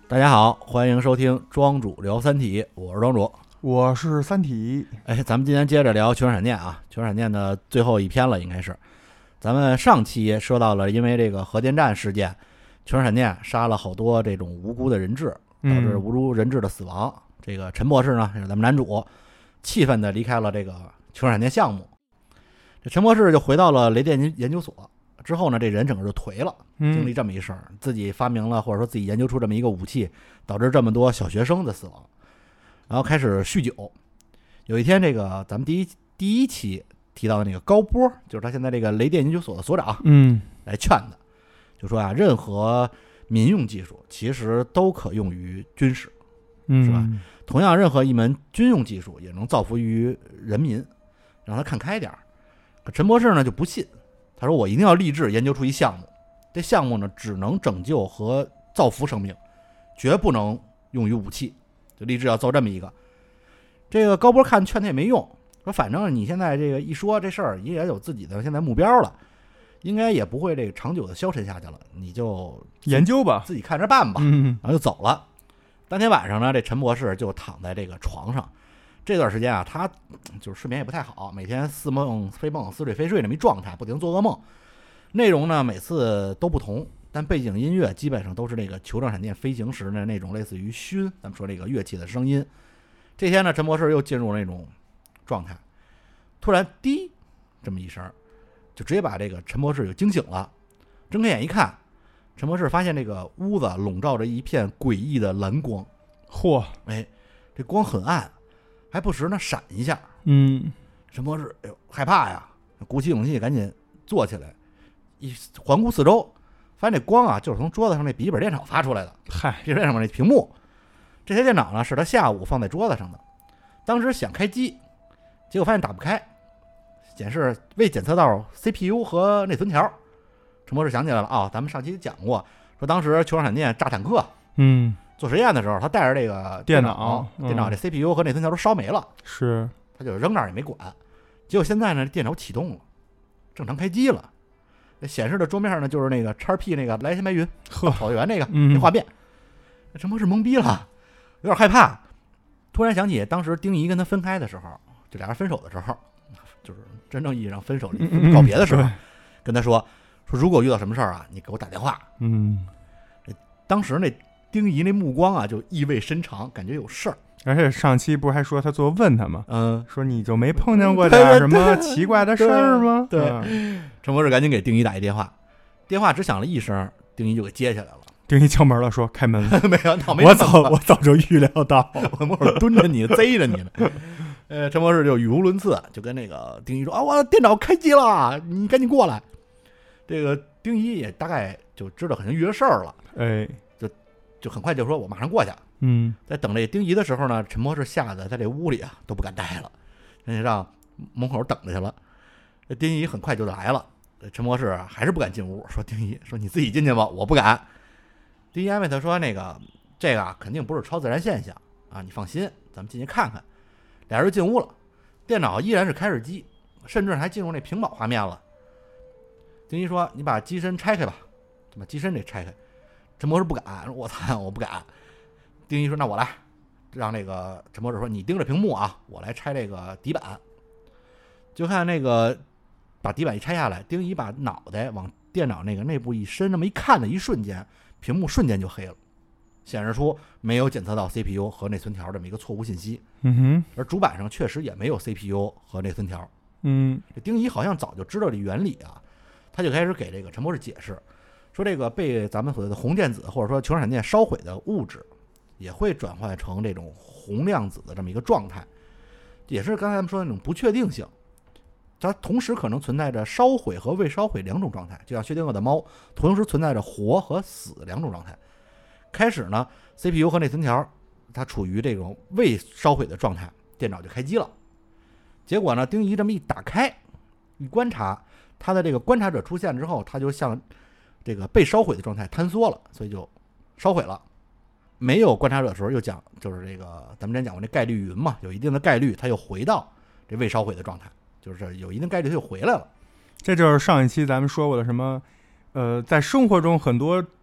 大家好，欢迎收听庄主聊三体，我是庄主， 我是三体。 咱们今天接着聊全闪电啊，全闪电的最后一篇了，应该是。咱们上期说到了，因为这个核电站事件，全闪电杀了好多这种无辜的人质，导致无辜人质的死亡。这个陈博士呢，是咱们男主，气愤的离开了这个全闪电项目。这陈博士就回到了雷电研究所。之后呢，这人整个就颓了，经历这么一事儿，自己发明了或者说自己研究出这么一个武器，导致这么多小学生的死亡，然后开始酗酒。有一天，这个咱们第一期提到的那个高波，就是他现在这个雷电研究所的所长，来劝他，就说啊，任何民用技术其实都可用于军事，是吧？同样，任何一门军用技术也能造福于人民，让他看开点儿。可陈博士呢就不信。他说：“我一定要立志研究出一项目，这项目呢只能拯救和造福生命，绝不能用于武器。就立志要造这么一个。”这个高波劝他也没用，说反正你现在这个一说这事儿，也有自己的现在目标了，应该也不会这个长久的消沉下去了，你就研究吧， 自己看着办吧。然后就走了。当天晚上呢，这陈博士就躺在这个床上。这段时间啊，他就是睡眠也不太好，每天似梦非梦、似睡非睡这么一状态，不停做噩梦。内容呢每次都不同，但背景音乐基本上都是这个球状闪电飞行时的那种类似于咱们说这个乐器的声音。这天呢，陈博士又进入那种状态，突然滴这么一声，就直接把这个陈博士就惊醒了。睁开眼一看，陈博士发现这个屋子笼罩着一片诡异的蓝光。 嚯， 这光很暗。还不时呢闪一下，陈博士害怕呀，鼓起勇气赶紧坐起来，一环顾四周，发现这光啊就是从桌子上那笔记本电脑发出来的。笔记本上面那屏幕，这些电脑呢是他下午放在桌子上的，当时想开机，结果发现打不开，显示未检测到 CPU 和内存条。陈博士想起来了啊，咱们上期讲过，说当时球状闪电炸坦克，做实验的时候，他带着这个电脑这 CPU 和内存条都烧没了， 是， 他就扔那儿也没管。结果现在呢，电脑启动了，正常开机了，显示的桌面上呢就是那个 XP 那个来线白云草原那画面。陈博士懵逼了，有点害怕，突然想起当时丁仪跟他分开的时候，就俩人分手的时候，就是真正意义上分手告别的时候，跟他说如果遇到什么事儿啊，你给我打电话。当时那丁仪那目光啊，就意味深长，感觉有事儿。 而且上期不是还说他做问他吗？说你就没碰见过点什么奇怪的事儿吗？ 对，陈博士赶紧给丁仪打一电话，电话只响了一声，丁仪就给接起来了。 丁仪敲门了，说开门。 没有， 我早就预料到， 我门口蹲着你，贼着你呢。陈博士就语无伦次，就跟那个丁仪说啊，我电脑开机了，你赶紧过来。这个丁仪也大概就知道肯定遇着事儿了，就很快就说我马上过去。在等这丁仪的时候呢，陈博士吓得在这屋里啊都不敢待了，让门口等着去了。丁仪很快就来了，陈博士还是不敢进屋，说丁仪说你自己进去吧，我不敢。丁仪安慰他说这个肯定不是超自然现象啊，你放心，咱们进去看看。俩人就进屋了，电脑依然是开着机，甚至还进入那屏保画面了。丁仪说你把机身拆开吧，就把机身给拆开。陈博士不敢，我操，我不敢。丁仪说那我来，让那个陈博士说你盯着屏幕啊，我来拆这个底板。就看那个把底板一拆下来，丁仪把脑袋往电脑那个内部一伸，那么一看的一瞬间，屏幕瞬间就黑了，显示出没有检测到 CPU 和内存条这么一个错误信息。而主板上确实也没有 CPU 和内存条。这丁仪好像早就知道这原理啊，他就开始给这个陈博士解释，说这个被咱们所谓的红电子或者说球闪电烧毁的物质，也会转换成这种红量子的这么一个状态，也是刚才咱们说的那种不确定性。它同时可能存在着烧毁和未烧毁两种状态，就像薛定谔的猫同时存在着活和死两种状态。开始呢 CPU 和内存条它处于这种未烧毁的状态，电脑就开机了。结果呢，丁仪这么一打开一观察，它的这个观察者出现之后，它就向这个被烧毁的状态坍缩了，所以就烧毁了。没有观察者的时候又讲，就是这个咱们之前讲过那概率云嘛，有一定的概率它又回到这未烧毁的状态，就是有一定概率它就回来了。 这就是上一期咱们说过的什么在生活中很多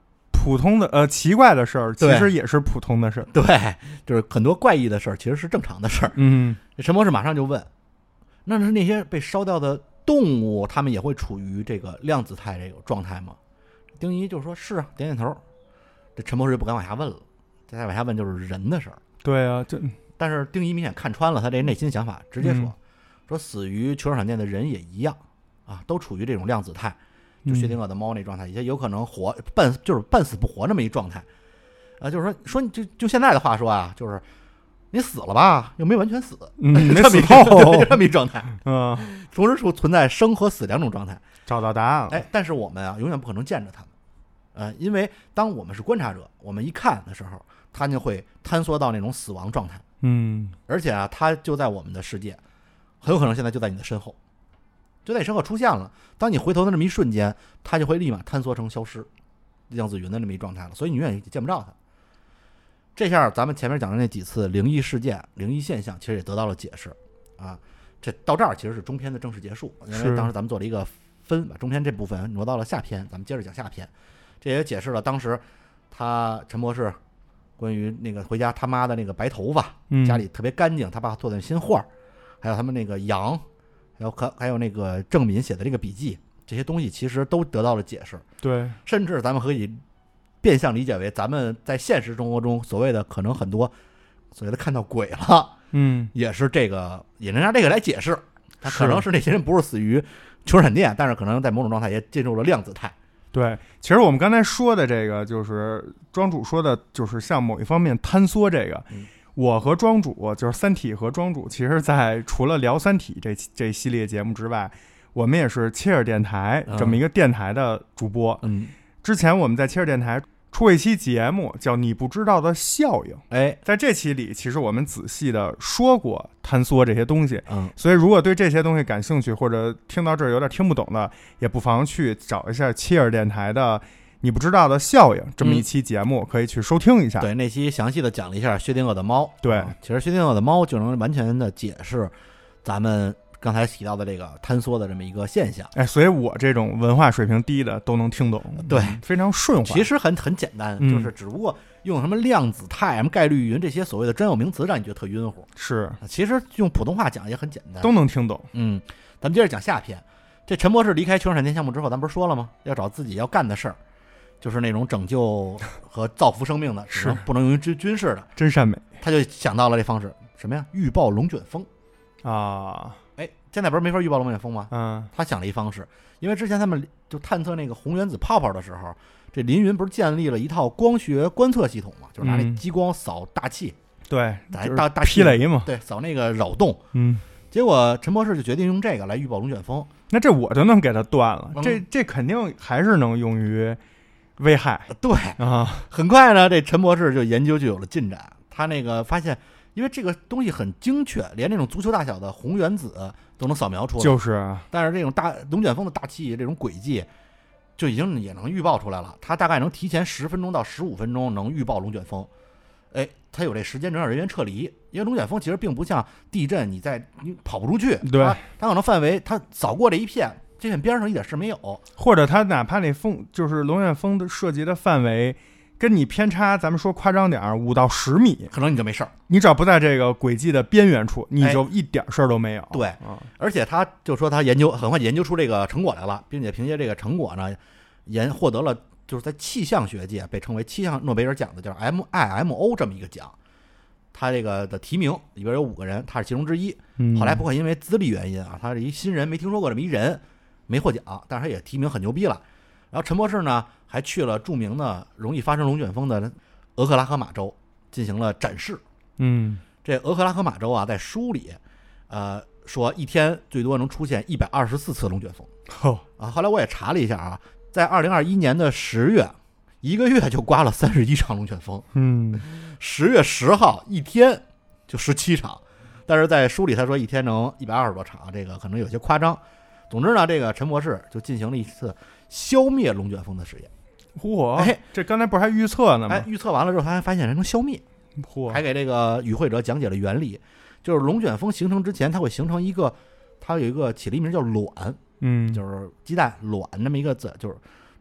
普通的奇怪的事儿，其实也是普通的事儿。 对，就是很多怪异的事儿，其实是正常的事儿。这陈博士马上就问，那是那些被烧掉的动物，他们也会处于这个量子态这个状态吗？丁仪就说是啊，点点头。这陈博士就不敢往下问了，再往下问就是人的事儿。 对啊， 但是丁仪明显看穿了他这内心想法，直接说死于球状闪电的人也一样啊，都处于这种量子态，就薛定谔的猫那状态，也有可能就是半死不活这么一状态。就是说就现在的话说啊，就是你死了吧，又没完全死， 没死透， 这么一状态。同时存在生和死两种状态。 找到答案了。 但是我们啊，永远不可能见着他们，因为当我们是观察者，我们一看的时候，他就会坍缩到那种死亡状态。而且啊，他就在我们的世界，很有可能现在就在你的身后，就在你身后出现了。当你回头的那么一瞬间，他就会立马坍缩成消失，量子云的那么一状态了，所以你永远也见不着他。这下咱们前面讲的那几次灵异事件、灵异现象，其实也得到了解释啊。这到这儿其实是中篇的正式结束，因为当时咱们做了一个把中篇这部分挪到了下篇，咱们接着讲下篇。这也解释了当时陈博士关于那个回家他妈的那个白头发，家里特别干净，他爸做的新画，还有他们那个羊，还有那个郑敏写的这个笔记，这些东西其实都得到了解释。对，甚至咱们可以变相理解为咱们在现实生活中所谓的可能很多所谓的看到鬼了，也是这个，也能让这个来解释。他可能是那些人不是死于球闪电，但是可能在某种状态也进入了量子态。 对，其实我们刚才说的这个，就是庄主说的，就是向某一方面坍缩这个。我和庄主，就是三体和庄主，其实在除了聊三体这系列节目之外，我们也是切尔电台这么一个电台的主播。之前我们在切尔电台出过一期节目叫你不知道的效应。在这期里其实我们仔细的说过坍缩这些东西。所以如果对这些东西感兴趣，或者听到这儿有点听不懂的，也不妨去找一下切尔电台的你不知道的效应这么一期节目，可以去收听一下。 对，那期详细的讲了一下薛定谔的猫。 对， 其实薛定谔的猫就能完全的解释咱们刚才提到的这个坍缩的这么一个现象。 所以我这种文化水平低的都能听懂。 对， 非常顺滑。 其实很简单，就是只不过用什么量子态、什么概率云这些所谓的专有名词让你觉得特晕乎。 是， 其实用普通话讲也很简单， 都能听懂。 咱们接着讲下篇。这陈博士离开球状闪电项目之后，咱不是说了吗？要找自己要干的事儿，就是那种拯救和造福生命的，是不能用于军事的， 真善美。 他就想到了这方式，什么呀？预报龙卷风啊！ 现在不是没法预报龙卷风吗？他想了一方式，因为之前他们就探测那个红原子泡泡的时候，这林云不是建立了一套光学观测系统嘛，就是拿那激光扫大气， 对， 大劈雷嘛， 对，扫那个扰动。结果陈博士就决定用这个来预报龙卷风。 那这我就能给他断了，这肯定还是能用于危害。 对啊，很快呢，这陈博士就研究就有了进展。他那个发现，因为这个东西很精确，连那种足球大小的红原子都能扫描出来。就是，但是这种大龙卷风的大气这种轨迹，就已经也能预报出来了。他大概能提前10分钟到15分钟能预报龙卷风。他有这时间能让人员撤离，因为龙卷风其实并不像地震，你跑不出去。对，它可能范围，它扫过这一片边上一点事没有， 或者它哪怕那风就是龙卷风的涉及的范围跟你偏差，咱们说夸张点5到10米， 可能你就没事儿。 你只要不在这个轨迹的边缘处，你就一点事儿都没有。 对，而且他就说他很快研究出这个成果来了，并且凭借这个成果呢，获得了。就是在气象学界被称为气象诺贝尔奖的叫 IMO 这么一个奖，他这个的提名里边有5个人，他是其中之一。后来不过因为资历原因啊，他是一新人，没听说过这么一人，没获奖，但是他也提名很牛逼了。然后陈博士呢还去了著名的容易发生龙卷风的俄克拉荷马州进行了展示。这俄克拉荷马州啊，在书里说一天最多能出现124次龙卷风。后来我也查了一下啊。在2021年的10月，1个月就刮了31场龙卷风。10月10号一天就17场，但是在书里他说一天能120多场，这个可能有些夸张。总之呢，这个陈博士就进行了一次消灭龙卷风的实验。 这刚才不是还预测呢吗？ 预测完了之后，他还发现能消灭，还给这个与会者讲解了原理，就是龙卷风形成之前，它会形成它有一个起了一名叫卵。就是鸡蛋卵这么一个字，就是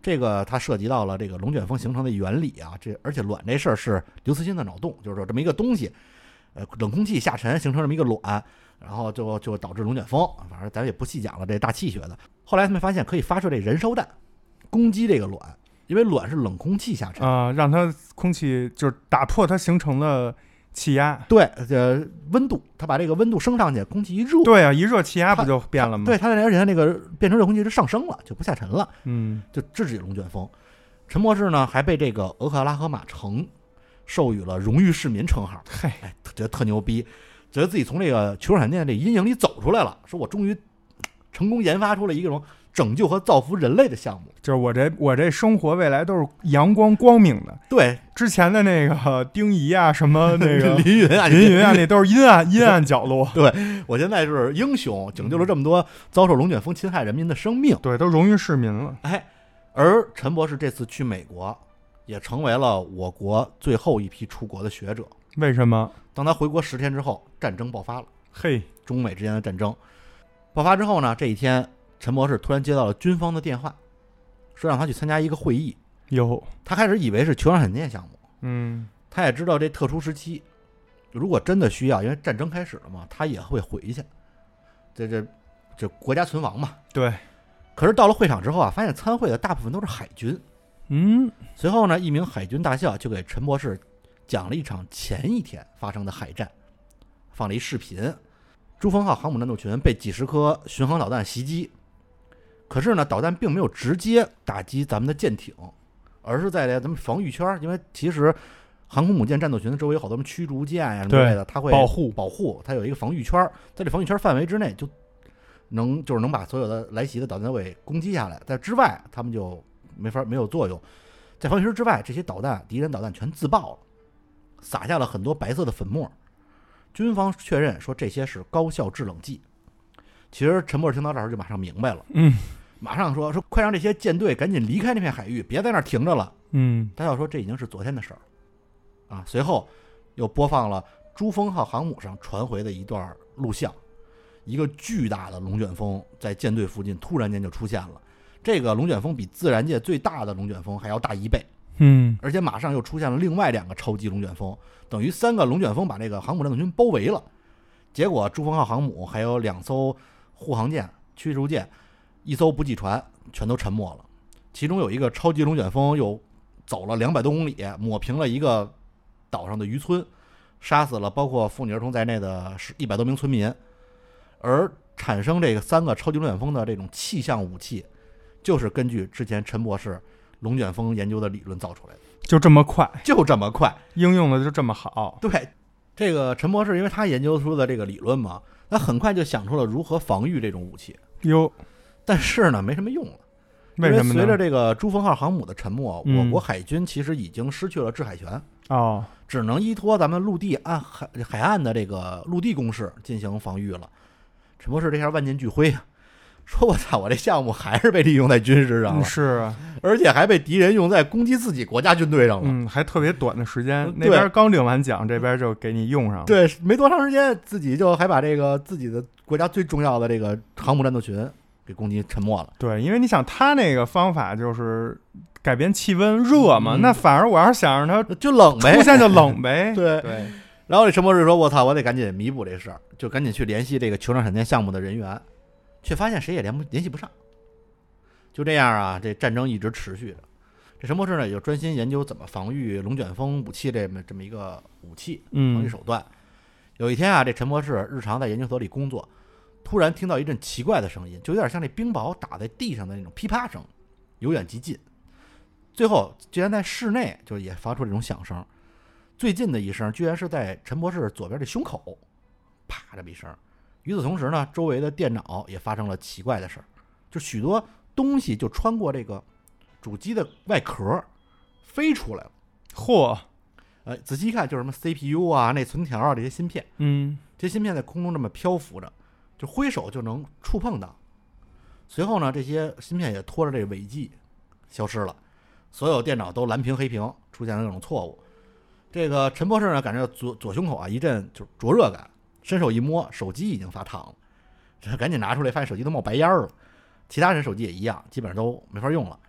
这个它涉及到了这个龙卷风形成的原理啊，而且卵这事儿是刘慈欣的脑洞，就是说这么一个东西，冷空气下沉形成这么一个卵，然后就导致龙卷风。反正咱也不细讲了这大气学的。后来他们发现可以发射这燃烧弹攻击这个卵，因为卵是冷空气下沉啊，让它空气就是打破它形成的气压。 对，温度，它把这个温度升上去，空气一热， 对啊，一热气压不就变了吗？ 对，而且它那个变成热空气就上升了，就不下沉了， 就制止龙卷风。陈博士呢还被这个俄克拉荷马城授予了荣誉市民称号，觉得特牛逼，觉得自己从这个球闪电这阴影里走出来了，说我终于成功研发出了一种拯救和造福人类的项目， 就是我这生活未来都是阳光光明的。 对， 之前的那个丁仪啊，什么那个凌云啊， 那都是阴暗角落。 对，我现在是英雄，拯救了这么多遭受龙卷风侵害人民的生命， 对，都荣誉市民了。 而陈博士这次去美国，也成为了我国最后一批出国的学者。 为什么？ 当他回国10天之后，战争爆发了。中美之间的战争爆发之后呢，这一天陈博士突然接到了军方的电话，说让他去参加一个会议。他开始以为是球状闪电项目，他也知道这特殊时期，如果真的需要，因为战争开始了嘛，他也会回去。这国家存亡嘛。 对。 可是到了会场之后啊，发现参会的大部分都是海军。随后呢，一名海军大校就给陈博士讲了一场前一天发生的海战，放了一视频。珠峰号航母战斗群被几十颗巡航导弹袭击，可是呢，导弹并没有直接打击咱们的舰艇，而是在咱们防御圈，因为其实航空母舰战斗群的周围有好多什么驱逐舰呀什么之类的，它会保护，它有一个防御圈，在这防御圈范围之内就能把所有的来袭的导弹给攻击下来，在之外他们就没有作用。在防御圈之外，这些敌人导弹全自爆了，撒下了很多白色的粉末。军方确认说这些是高效制冷剂。其实陈博士听到这儿就马上明白了，马上说快让这些舰队赶紧离开那片海域，别在那儿停着了。大校说这已经是昨天的事儿啊。随后又播放了珠峰号航母上传回的一段录像，一个巨大的龙卷风在舰队附近突然间就出现了。这个龙卷风比自然界最大的龙卷风还要大1倍，而且马上又出现了另外2个超级龙卷风，等于3个龙卷风把这个航母战斗群包围了。结果珠峰号航母还有2艘护航舰、驱逐舰、1艘补给船全都沉没了。其中有一个超级龙卷风又走了200多公里，抹平了一个岛上的渔村，杀死了包括妇女儿童在内的100多名村民。而产生这个3个超级龙卷风的这种气象武器，就是根据之前陈博士龙卷风研究的理论造出来的。 就这么快， 应用的就这么好。 对，这个陈博士因为他研究出的这个理论嘛，他很快就想出了如何防御这种武器。但是呢，没什么用了。 为什么呢？ 随着这个珠峰号航母的沉没，我国海军其实已经失去了制海权，只能依托咱们陆地海岸的这个陆地攻势进行防御了。陈博士这下万念俱灰啊，说我操，我这项目还是被利用在军事上了， 是啊， 而且还被敌人用在攻击自己国家军队上了， 还特别短的时间，那边刚领完奖，这边就给你用上了， 对，没多长时间，自己就还把这个自己的国家最重要的这个航母战斗群给攻击沉没了。 对，因为你想他那个方法就是改变气温热嘛，那反而我要是想让它就冷呗， 出现就冷呗， 对。然后这陈博士说：“我操，我得赶紧弥补这事儿，就赶紧去联系这个球状闪电项目的人员，却发现谁也联系不上。就这样啊，这战争一直持续着。这陈博士呢，也就专心研究怎么防御龙卷风武器这么一个武器防御手段。有一天啊，这陈博士日常在研究所里工作，突然听到一阵奇怪的声音，就有点像那冰雹打在地上的那种噼啪声，由远及近，最后居然在室内就也发出这种响声。最近的一声居然是在陈博士左边的胸口，啪这么一声。与此同时呢，周围的电脑也发生了奇怪的事儿，就许多东西就穿过这个主机的外壳飞出来了。 嚯！ 仔细一看就是什么 CPU 啊、内存条啊这些芯片，这些芯片在空中这么漂浮着，就挥手就能触碰到。随后呢，这些芯片也拖着这尾迹消失了，所有电脑都蓝屏黑屏，出现了那种错误。这个陈博士呢，感觉左胸口啊一阵就灼热感，伸手一摸，手机已经发烫了，这赶紧拿出来，发现手机都冒白烟了。其他人手机也一样，基本上都没法用了。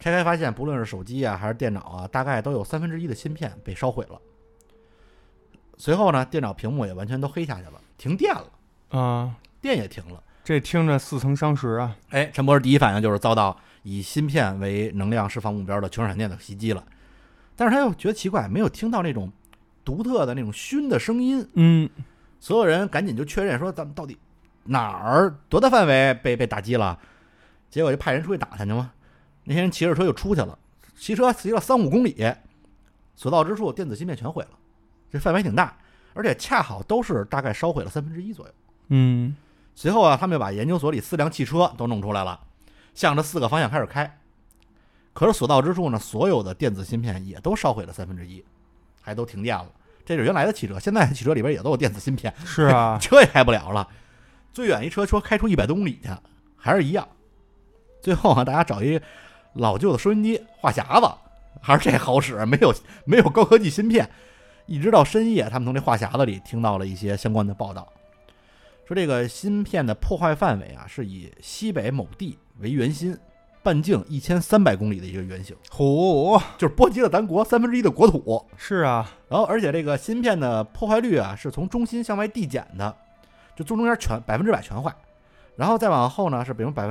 拆开发现，不论是手机啊还是电脑啊，大概都有1/3的芯片被烧毁了。随后呢，电脑屏幕也完全都黑下去了，停电了啊， 电也停了。 这听着似曾相识啊！ 陈博士第一反应就是遭到以芯片为能量释放目标的球闪电的袭击了，但是他又觉得奇怪，没有听到那种独特的那种熏的声音。所有人赶紧就确认说，咱们到底哪儿多大范围被打击了？结果就派人出去打探去嘛。那些人骑着车就出去了，骑车骑了3-5公里，所到之处电子芯片全毁了，这范围挺大，而且恰好都是大概烧毁了1/3左右。随后啊，他们就把研究所里4辆汽车都弄出来了，向着4个方向开始开。可是所到之处呢，所有的电子芯片也都烧毁了1/3，还都停电了。这是原来的汽车，现在的汽车里边也都有电子芯片， 是啊， 车也开不了了。最远一车说开出100多公里去，还是一样。最后啊，大家找一老旧的收音机话匣子，还是这好使，没有高科技芯片。一直到深夜，他们从这话匣子里听到了一些相关的报道，说这个芯片的破坏范围啊，是以西北某地为圆心，半径1300公里的一个圆形，就是波及了咱国1/3的国土。 是啊， 然后而且这个芯片的破坏率啊，是从中心向外递减的，就中间100%全坏，然后再往后呢是比如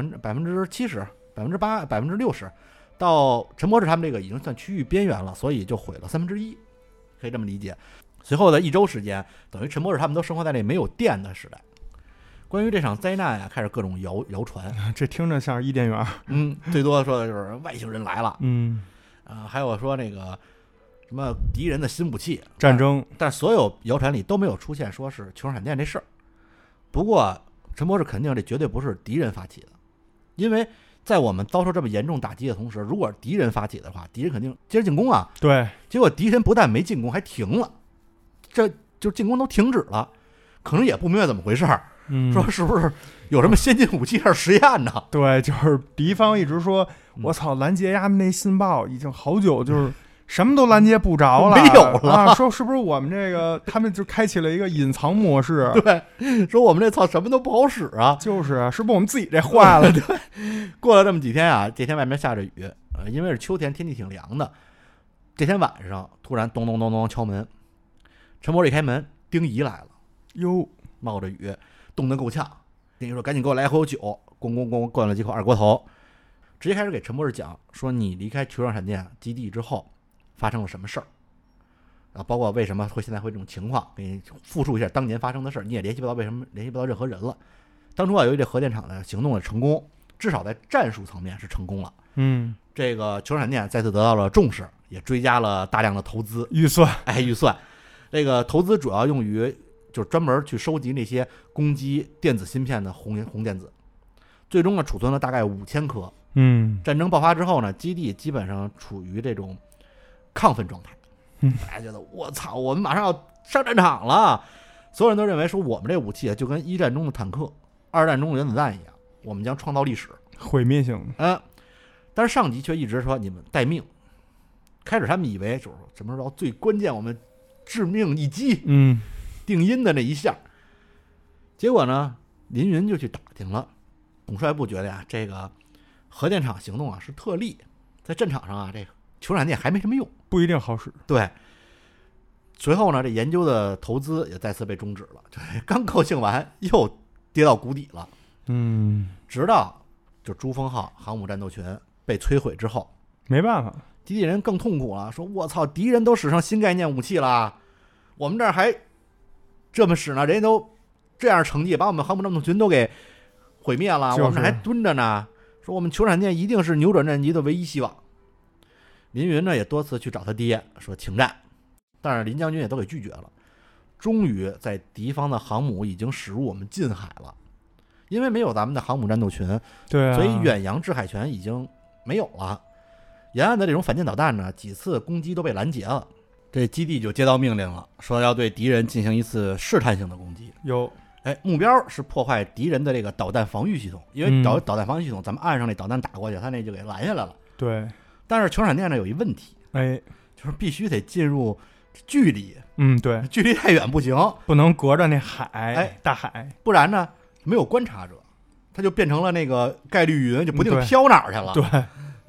70%、80%、60%，到陈博士他们这个已经算区域边缘了，所以就毁了1/3，可以这么理解。随后的1周时间，等于陈博士他们都生活在那没有电的时代。关于这场灾难啊，开始各种谣传， 这听着像是伊甸园。 最多说的就是外星人来了，还有说那个什么敌人的新武器战争， 但所有谣传里都没有出现说是球闪电这事儿。不过陈博士肯定这绝对不是敌人发起的，因为在我们遭受这么严重打击的同时，如果是敌人发起的话，敌人肯定接着进攻啊。 对， 结果敌人不但没进攻，还停了，这就进攻都停止了，可能也不明白怎么回事儿。说是不是有什么先进武器在实验呢？ 对，就是敌方一直说，我操，拦截他们那信报已经好久，就是什么都拦截不着了， 没有了啊。说是不是我们这个他们就开启了一个隐藏模式？ 对，说我们这什么都不好使啊。 就是啊，是不是我们自己这坏了？ 对，过了这么几天啊，这天外面下着雨，因为是秋天，天气挺凉的。这天晚上突然咚咚咚咚敲门，陈博士一开门，丁仪来了， 哟， 冒着雨，冻得够呛。丁仪说：“赶紧给我来口酒。”咣咣咣灌了几口二锅头，直接开始给陈博士讲说：“你离开球状闪电基地之后发生了什么事儿，然后包括为什么会现在会这种情况，给你复述一下当年发生的事儿。你也联系不到为什么联系不到任何人了。当初啊，由于这核电厂的行动的成功，至少在战术层面是成功了。这个球闪电再次得到了重视，也追加了大量的投资预算。 这个投资主要用于就是专门去收集那些攻击电子芯片的红电子，最终呢储存了大概5000颗。战争爆发之后呢，基地基本上处于这种亢奋状态。大家觉得我操，我们马上要上战场了，所有人都认为说我们这武器就跟1战中的坦克、2战中的原子弹一样，我们将创造历史， 毁灭性的。 但是上级却一直说你们待命。开始他们以为就是什么时候最关键，我们致命一击，定音的那一下。结果呢，林云就去打听了，统帅部觉得呀，这个核电厂行动啊是特例，在战场上啊，这个球闪电还没什么用， 不一定好使。 对。随后呢，这研究的投资也再次被终止了，刚高兴完又跌到谷底了。直到就珠峰号航母战斗群被摧毁之后， 没办法， 基地人更痛苦了，说我操，敌人都使上新概念武器了，我们这儿还这么使呢，人家都这样成绩把我们航母战斗群都给毁灭了，我们这还蹲着呢，说我们球闪电一定是扭转战局的唯一希望。林云呢也多次去找他爹说请战，但是林将军也都给拒绝了。终于在敌方的航母已经驶入我们近海了，因为没有咱们的航母战斗群， 对， 所以远洋制海权已经没有了。沿岸的这种反舰导弹呢，几次攻击都被拦截了。这基地就接到命令了，说要对敌人进行一次试探性的攻击。目标是破坏敌人的这个导弹防御系统，因为导弹防御系统，咱们岸上那导弹打过去，他那就给拦下来了。 对， 但是球闪电呢有一问题，就是必须得进入距离， 对， 距离太远不行， 不能隔着那海，大海， 不然呢没有观察者，它就变成了那个概率云，就不定飘哪儿去了。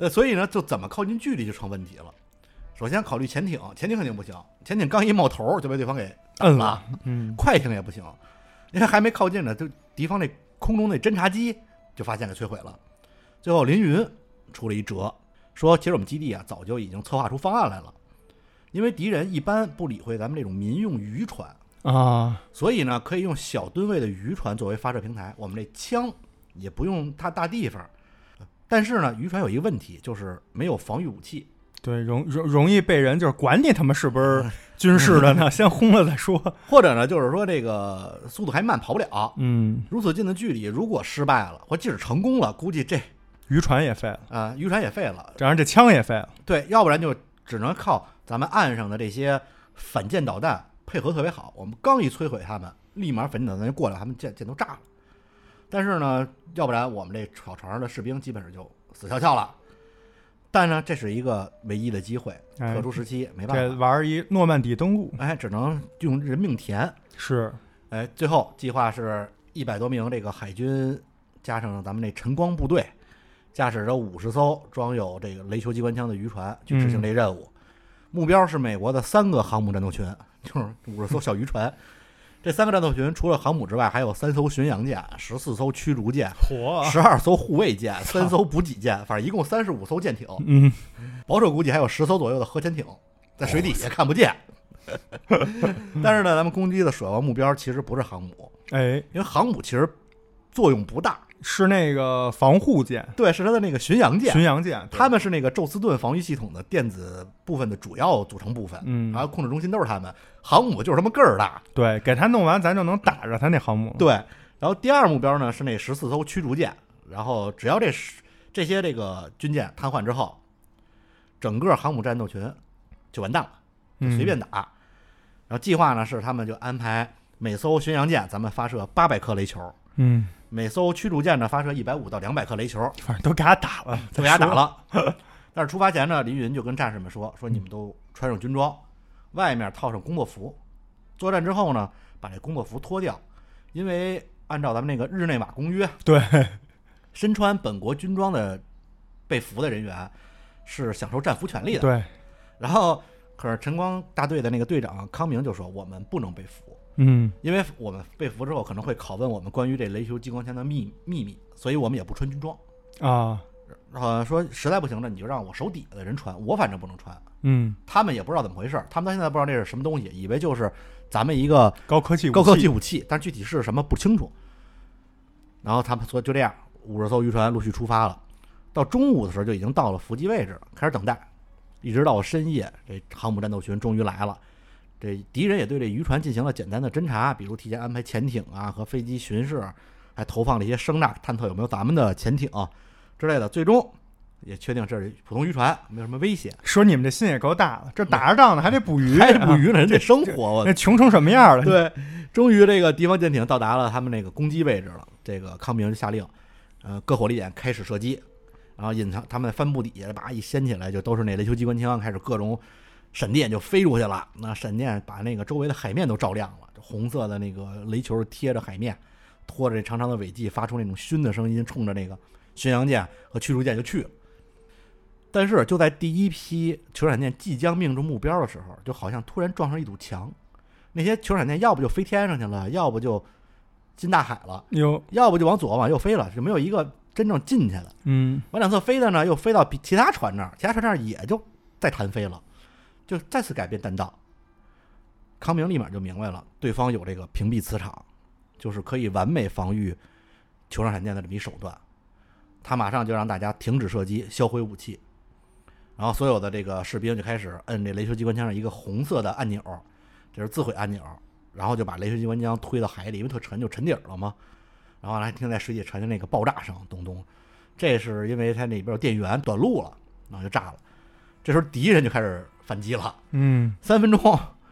所以呢，就怎么靠近距离就成问题了。首先考虑潜艇，潜艇肯定不行，潜艇刚一冒头就被对方给摁了。快艇也不行，因为还没靠近呢，就敌方那空中那侦察机就发现给摧毁了。最后林云出了一辙，说其实我们基地啊早就已经策划出方案来了，因为敌人一般不理会咱们这种民用渔船啊， 所以呢可以用小吨位的渔船作为发射平台，我们这枪也不用它大地方。但是呢渔船有一个问题，就是没有防御武器， 对，容易被人就是管你他妈是不是军事的呢，先轰了再说。 或者呢就是说这个速度还慢，跑不了。如此近的距离，如果失败了或即使成功了，估计这渔船也废了啊，渔船也废了， 这样这枪也废了。 对，要不然就只能靠咱们岸上的这些反舰导弹配合特别好，我们刚一摧毁他们，立马反舰导弹就过来，他们舰都炸了。但是呢，要不然我们这草船上的士兵基本上就死翘翘了。但呢，这是一个唯一的机会，特殊时期没办法， 这玩一诺曼底登陆， 只能用人命填。 是， 最后计划是100多名这个海军加上咱们那晨光部队，驾驶着50艘装有这个雷球机关枪的渔船去执行这任务。目标是美国的3个航母战斗群，就是50艘小渔船。这3个战斗群除了航母之外，还有3艘巡洋舰、14艘驱逐舰、12艘护卫舰、3艘补给舰，反正一共35艘舰艇。保守估计还有10艘左右的核潜艇，在水底也看不见。但是呢，咱们攻击的首要目标其实不是航母，因为航母其实作用不大， 是那个防护舰， 对，是它的那个巡洋舰。他们是那个宙斯盾防御系统的电子部分的主要组成部分，然后控制中心都是他们。航母就是他们个儿大， 对，给他弄完，咱就能打着他那航母。 对，然后第二目标呢是那14艘驱逐舰，然后只要这些这个军舰瘫痪之后，整个航母战斗群就完蛋了，就随便打。然后计划呢是他们就安排每艘巡洋舰咱们发射800颗雷球，每艘驱逐舰呢发射150到200颗雷球， 反正都给他打了， 都给他打了。但是出发前呢，林云就跟战士们说你们都穿上军装，外面套上工作服，作战之后呢，把这工作服脱掉，因为按照咱们那个日内瓦公约， 对， 身穿本国军装的被俘的人员是享受战俘权利的。 对，然后可是晨光大队的那个队长康明就说我们不能被俘。因为我们被俘之后可能会拷问我们关于这雷球机关枪的秘密，所以我们也不穿军装啊。 说实在不行了，你就让我手底下的人穿，我反正不能穿。他们也不知道怎么回事，他们到现在不知道这是什么东西，以为就是咱们一个高科技武器，但具体是什么不清楚。然后他们说就这样，50艘渔船陆续出发了。到中午的时候就已经到了伏击位置了，开始等待，一直到深夜，这航母战斗群终于来了。这敌人也对这渔船进行了简单的侦察，比如提前安排潜艇啊和飞机巡视，还投放了一些声呐探测有没有咱们的潜艇之类的。最终也确定这是普通渔船，没有什么危险。 说你们这心也够大了，这打着仗呢还得捕鱼， 还得捕鱼呢，人这生活那穷成什么样了？ 对，终于这个敌方舰艇到达了他们那个攻击位置了。这个康明就下令，各火力点开始射击，然后隐藏他们的帆布底下，把一掀起来就都是那雷球机关枪，开始各种闪电就飞出去了。那闪电把那个周围的海面都照亮了，红色的那个雷球贴着海面，拖着这长长的尾迹，发出那种熏的声音，冲着那个巡洋舰和驱逐舰就去了。但是就在第一批球闪电即将命中目标的时候，就好像突然撞上一堵墙，那些球闪电要不就飞天上去了，要不就进大海了，要不就往左往右飞了，就没有一个真正进去的。往两侧飞的呢，又飞到其他船那儿，其他船那儿也就再弹飞了，就再次改变弹道。康明立马就明白了，对方有这个屏蔽磁场，就是可以完美防御球状闪电的这么一手段。他马上就让大家停止射击，销毁武器。然后所有的这个士兵就开始摁这雷球机关枪上一个红色的按钮，这是自毁按钮，然后就把雷球机关枪推到海里，因为特沉，就沉底了嘛。然后还听在水底传来那个爆炸声，咚咚，这是因为它那边有电源短路了，然后就炸了。这时候敌人就开始反击了，3分钟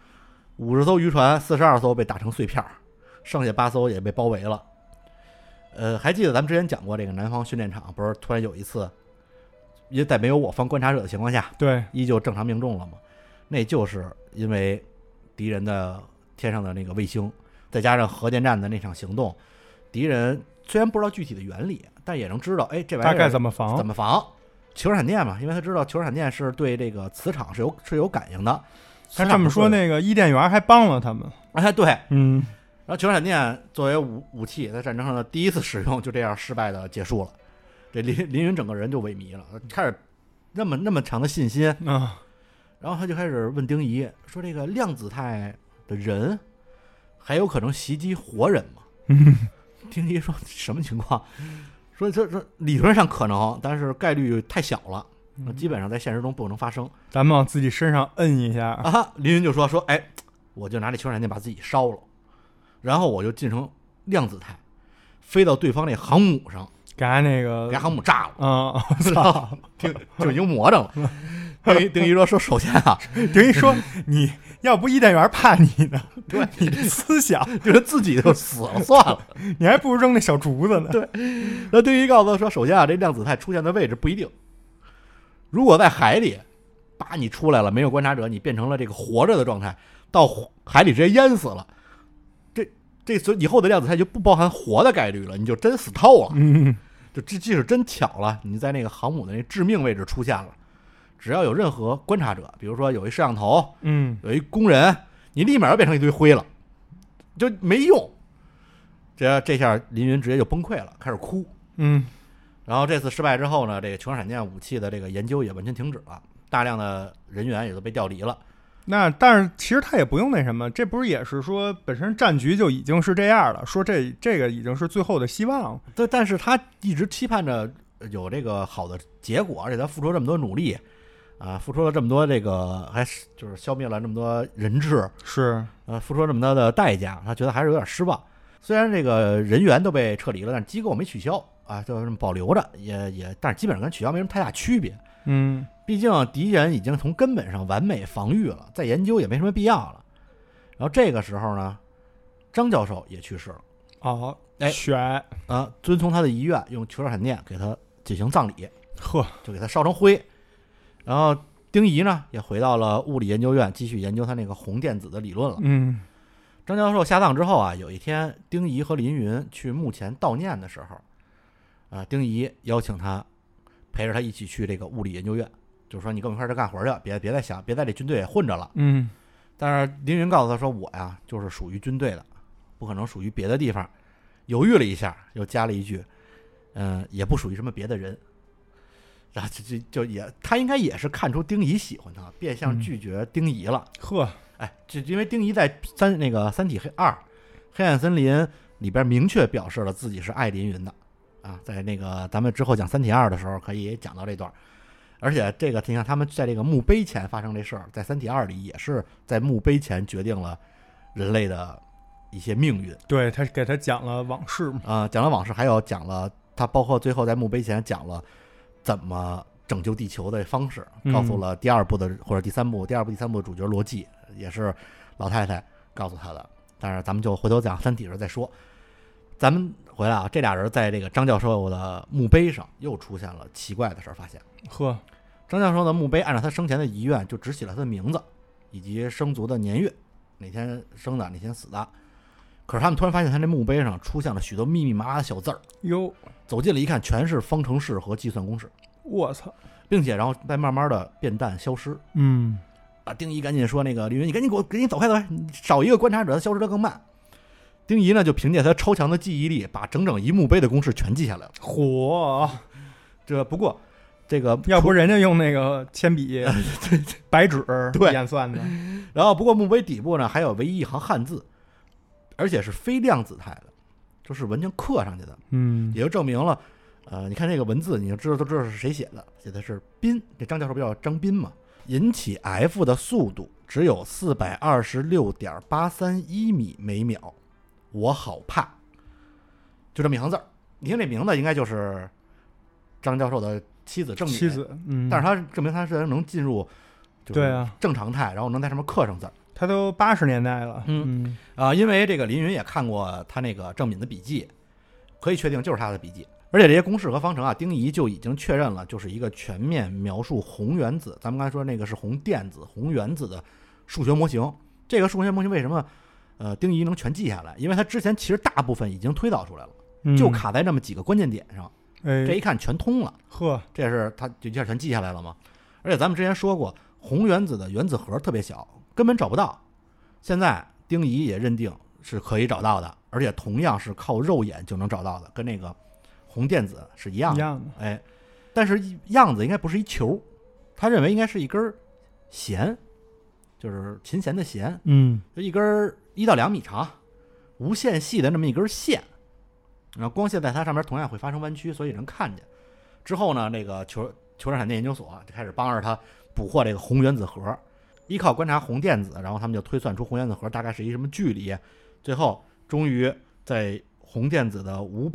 ，50艘渔船42艘被打成碎片，剩下8艘也被包围了。还记得咱们之前讲过这个南方训练场，不是突然有一次也在没有我方观察者的情况下， 对， 依旧正常命中了吗？那就是因为敌人的天上的那个卫星，再加上核电站的那场行动，敌人虽然不知道具体的原理，但也能知道，这玩意儿大概怎么防， 球闪电嘛，因为他知道球闪电是对这个磁场是有感应的。 他这么说，那个伊甸园还帮了他们。 哎，对， 嗯。 然后球闪电作为武器，在战争上的第一次使用，就这样失败的结束了。这林云整个人就萎靡了，开始那么强的信心啊。 然后他就开始问丁仪说：“这个量子态的人还有可能袭击活人吗？”丁仪说：“什么情况？”说这理论上可能，但是概率太小了，基本上在现实中不可能发生。 咱们往自己身上摁一下啊！林云就说：“哎，我就拿这球闪电把自己烧了，然后我就进成量子态，飞到对方那航母上， 给航母炸了。” 啊！ 操，就已经魔怔了。丁仪说：“首先啊， 丁仪说你要不伊甸园怕你呢，对你这思想就是自己就死了算了， 你还不如扔那小竹子呢。” 对。那丁仪告诉他说：“首先啊，这量子态出现的位置不一定。如果在海里，把你出来了，没有观察者，你变成了这个活着的状态，到海里直接淹死了。这所以以后的量子态就不包含活的概率了，你就真死透了。就即使真巧了，你在那个航母的那致命位置出现了。”只要有任何观察者，比如说有一摄像头，有一工人，你立马就变成一堆灰了，就没用。这下林云直接就崩溃了，开始哭。然后这次失败之后呢，这个球闪电武器的这个研究也完全停止了，大量的人员也都被调离了。 但是其实他也不用那什么，这不是也是说本身战局就已经是这样了，说这个已经是最后的希望了。 对，但是他一直期盼着有这个好的结果，而且他付出这么多努力。付出了这么多，这个还就是消灭了这么多人质， 是付出了这么多的代价，他觉得还是有点失望。虽然这个人员都被撤离了，但是机构没取消啊，就这么保留着，但是基本上跟取消没什么太大区别。毕竟敌人已经从根本上完美防御了，再研究也没什么必要了。然后这个时候呢，张教授也去世了。 哦， 选遵从他的遗愿，用球闪电给他进行葬礼，就给他烧成灰。然后丁仪呢也回到了物理研究院，继续研究他那个红电子的理论了。张教授下葬之后啊，有一天丁仪和林云去墓前悼念的时候，丁仪邀请他陪着他一起去这个物理研究院，就是说你跟我一块儿干活去，别在这军队混着了。但是林云告诉他说：“我呀就是属于军队的，不可能属于别的地方。”犹豫了一下，又加了一句：“也不属于什么别的人。”然后他应该也是看出丁仪喜欢他，变相拒绝丁仪了。就因为丁仪在三体黑暗森林里边明确表示了自己是爱林云的啊，在那个咱们之后讲三体2的时候可以讲到这段。而且这个你看他们在这个墓碑前发生这事儿，在三体2里也是在墓碑前决定了人类的一些命运。 对，他给他讲了往事讲了往事，还有讲了他包括最后在墓碑前讲了怎么拯救地球的方式，告诉了第二部的或者第三部的主角罗辑，也是老太太告诉他的。但是咱们就回头讲三体时再说。咱们回来啊，这俩人在这个张教授的墓碑上又出现了奇怪的事儿，发现张教授的墓碑按照他生前的遗愿就只写了他的名字以及生卒的年月，哪天生的哪天死的。可是他们突然发现他那墓碑上出现了许多密密麻麻的小字儿，走近了一看，全是方程式和计算公式。 我操！ 并且然后再慢慢的变淡消失。丁仪赶紧说：“那个李云，你赶紧走开，你少一个观察者，他消失得更慢。”丁仪呢就凭借他超强的记忆力，把整整一墓碑的公式全记下来了。不过这个要不人家用那个铅笔白纸演算的。 然后不过墓碑底部呢还有唯一一行汉字，而且是非量子态的，就是完全刻上去的。也就证明了你看这个文字你就都知道是谁写的，写的是斌，这张教授不叫张斌嘛。引起 F 的速度只有 426.831 米每秒，我好怕。就这么一行字儿，你看这名字应该就是张教授的妻子郑敏，但是他证明他是能进入就是正常态，然后能在上面刻上字儿。 他都80年代了。 因为这个林云也看过他那个郑敏的笔记，可以确定就是他的笔记。而且这些公式和方程啊，丁仪就已经确认了，就是一个全面描述红原子，咱们刚才说那个是红电子、红原子的数学模型。这个数学模型为什么丁仪能全记下来？因为他之前其实大部分已经推导出来了，就卡在这么几个关键点上。 这一看全通了， 呵， 这是他就一下全记下来了嘛。而且咱们之前说过，红原子的原子核特别小，根本找不到。现在丁仪也认定是可以找到的，而且同样是靠肉眼就能找到的，跟那个红电子是一样的。哎，但是样子应该不是一球，他认为应该是一根弦，就是琴弦的弦，就一根1到2米长，无限细的那么一根线，然后光线在它上面同样会发生弯曲，所以能看见。之后呢，那个球状闪电研究所就开始帮着他捕获这个红原子核，依靠观察红电子，然后他们就推算出红原子核大概是一什么距离，最后终于在红电子的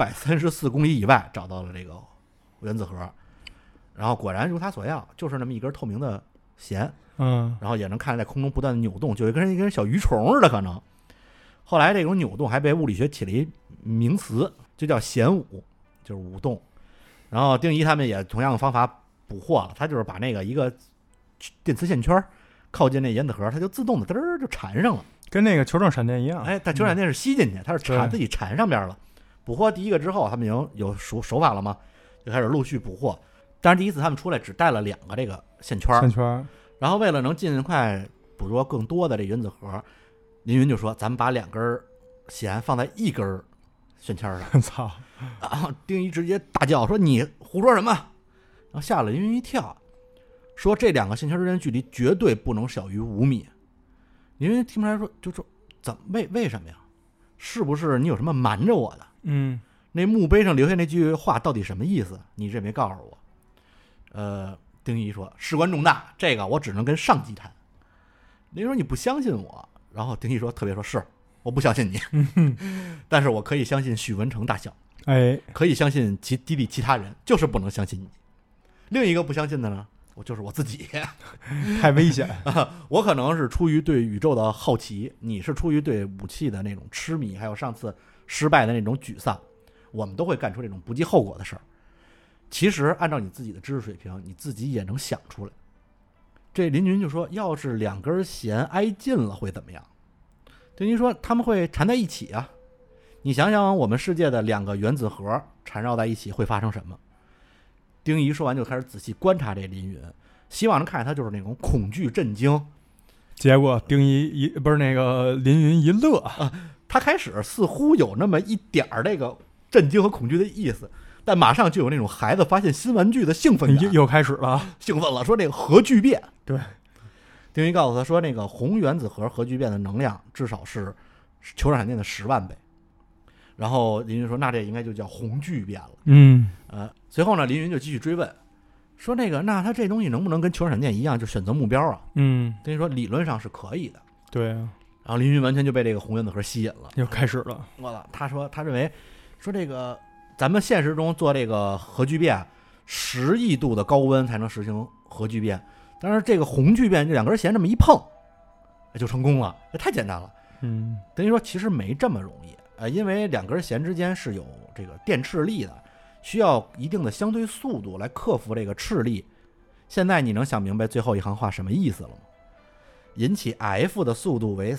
534公里以外找到了这个原子核，然后果然如他所料，就是那么一根透明的弦，然后也能看在空中不断的扭动，就跟一根小鱼虫似的可能。后来这种扭动还被物理学起了一名词，就叫弦舞，就是舞动。然后丁仪他们也同样的方法捕获了，他就是把那个一个电磁线圈靠近那原子核，它就自动的嘚儿就缠上了， 跟那个球状闪电一样。 哎，但球状闪电是吸进去，它是自己缠上边了。捕获第一个之后，他们已经有手法了嘛，就开始陆续捕获。但是第一次他们出来只带了2个这个线圈，然后为了能尽快捕捉更多的这原子核，林云就说：“咱们把2根弦放在1根线圈上。” 操！ 然后丁仪直接大叫说：“你胡说什么？”然后吓了林云一跳，说：“这2个线圈之间的距离绝对不能小于5米。”林云听出来说：“就说怎么为什么呀？是不是你有什么瞒着我的？那墓碑上留下那句话到底什么意思？你这没告诉我。”丁仪说：“事关重大，这个我只能跟上级谈。”林云说：“你不相信我？”然后丁仪说：“特别说是我不相信你，但是我可以相信许文成大校，可以相信基地其他人，就是不能相信你。另一个不相信的呢，就是我自己， 太危险。 我可能是出于对宇宙的好奇，你是出于对武器的那种痴迷，还有上次失败的那种沮丧，我们都会干出这种不计后果的事儿。其实按照你自己的知识水平，你自己也能想出来。”这林云就说：“要是2根弦挨近了会怎么样？”丁仪说：“他们会缠在一起啊！你想想，我们世界的2个原子核缠绕在一起会发生什么？”丁仪说完就开始仔细观察这林云，希望能看见他就是那种恐惧震惊。 结果丁仪不是那个林云一乐他开始似乎有那么一点儿那个震惊和恐惧的意思，但马上就有那种孩子发现新玩具的兴奋感， 又开始了， 兴奋了，说那个核聚变。 对， 丁仪告诉他说，那个红原子核核聚变的能量至少是球状闪电的10万倍。然后林云说：“那这应该就叫红聚变了。”随后呢，林云就继续追问，说：“那他这东西能不能跟球状闪电一样，就选择目标啊？”丁仪说：“理论上是可以的。” 对啊。 然后林云完全就被这个红原子核吸引了， 又开始了。 他说他认为说这个咱们现实中做这个核聚变，10亿度的高温才能实行核聚变，但是这个红聚变这2根弦这么一碰，就成功了，这太简单了。等于说其实没这么容易，因为2根弦之间是有这个电斥力的，需要一定的相对速度来克服这个斥力。现在你能想明白最后一行话什么意思了吗？引起 F 的速度为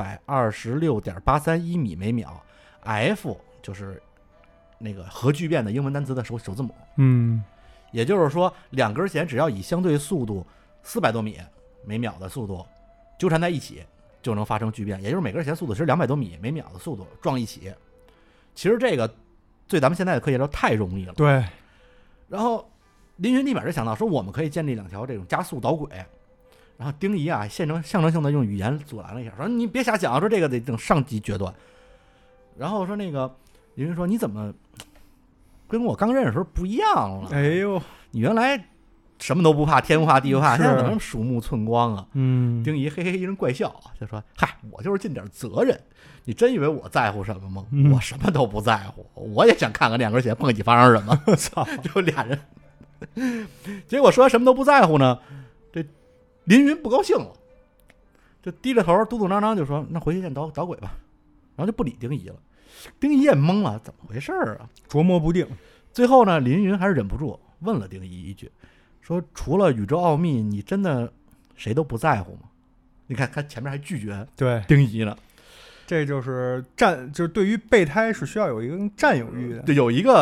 426.831米每秒 ，F 就是那个核聚变的英文单词的首字母。也就是说2根弦只要以相对速度400多米每秒的速度纠缠在一起，就能发生聚变，也就是每根弦速度是200多米每秒的速度撞一起。其实这个对咱们现在的科学来说太容易了。 对。 然后林云立马就想到说，我们可以建立2条这种加速导轨。然后丁仪象征性的用语言阻拦了一下，说：“你别瞎想，说这个得等上级决断。”然后说那个林云说：“你怎么跟我刚认识的时候不一样了？ 哎呦， 你原来什么都不怕，天不怕地不怕，现在怎么鼠目寸光啊？”丁仪嘿嘿一声怪笑，就说：“嗨，我就是尽点责任。你真以为我在乎什么吗？我什么都不在乎，我也想看看2根弦碰一起发生什么。”操，就俩人。结果说什么都不在乎呢，这林云不高兴了，就低着头嘟嘟囔囔就说：“那回去先导轨吧。”然后就不理丁仪了。丁仪也懵了，怎么回事啊？ 琢磨不定。最后呢，林云还是忍不住问了丁仪一句，说：“除了宇宙奥秘，你真的谁都不在乎吗？”你看，他前面还拒绝丁仪呢。 这就是就是对于备胎是需要有一个占有欲的， 对，有一个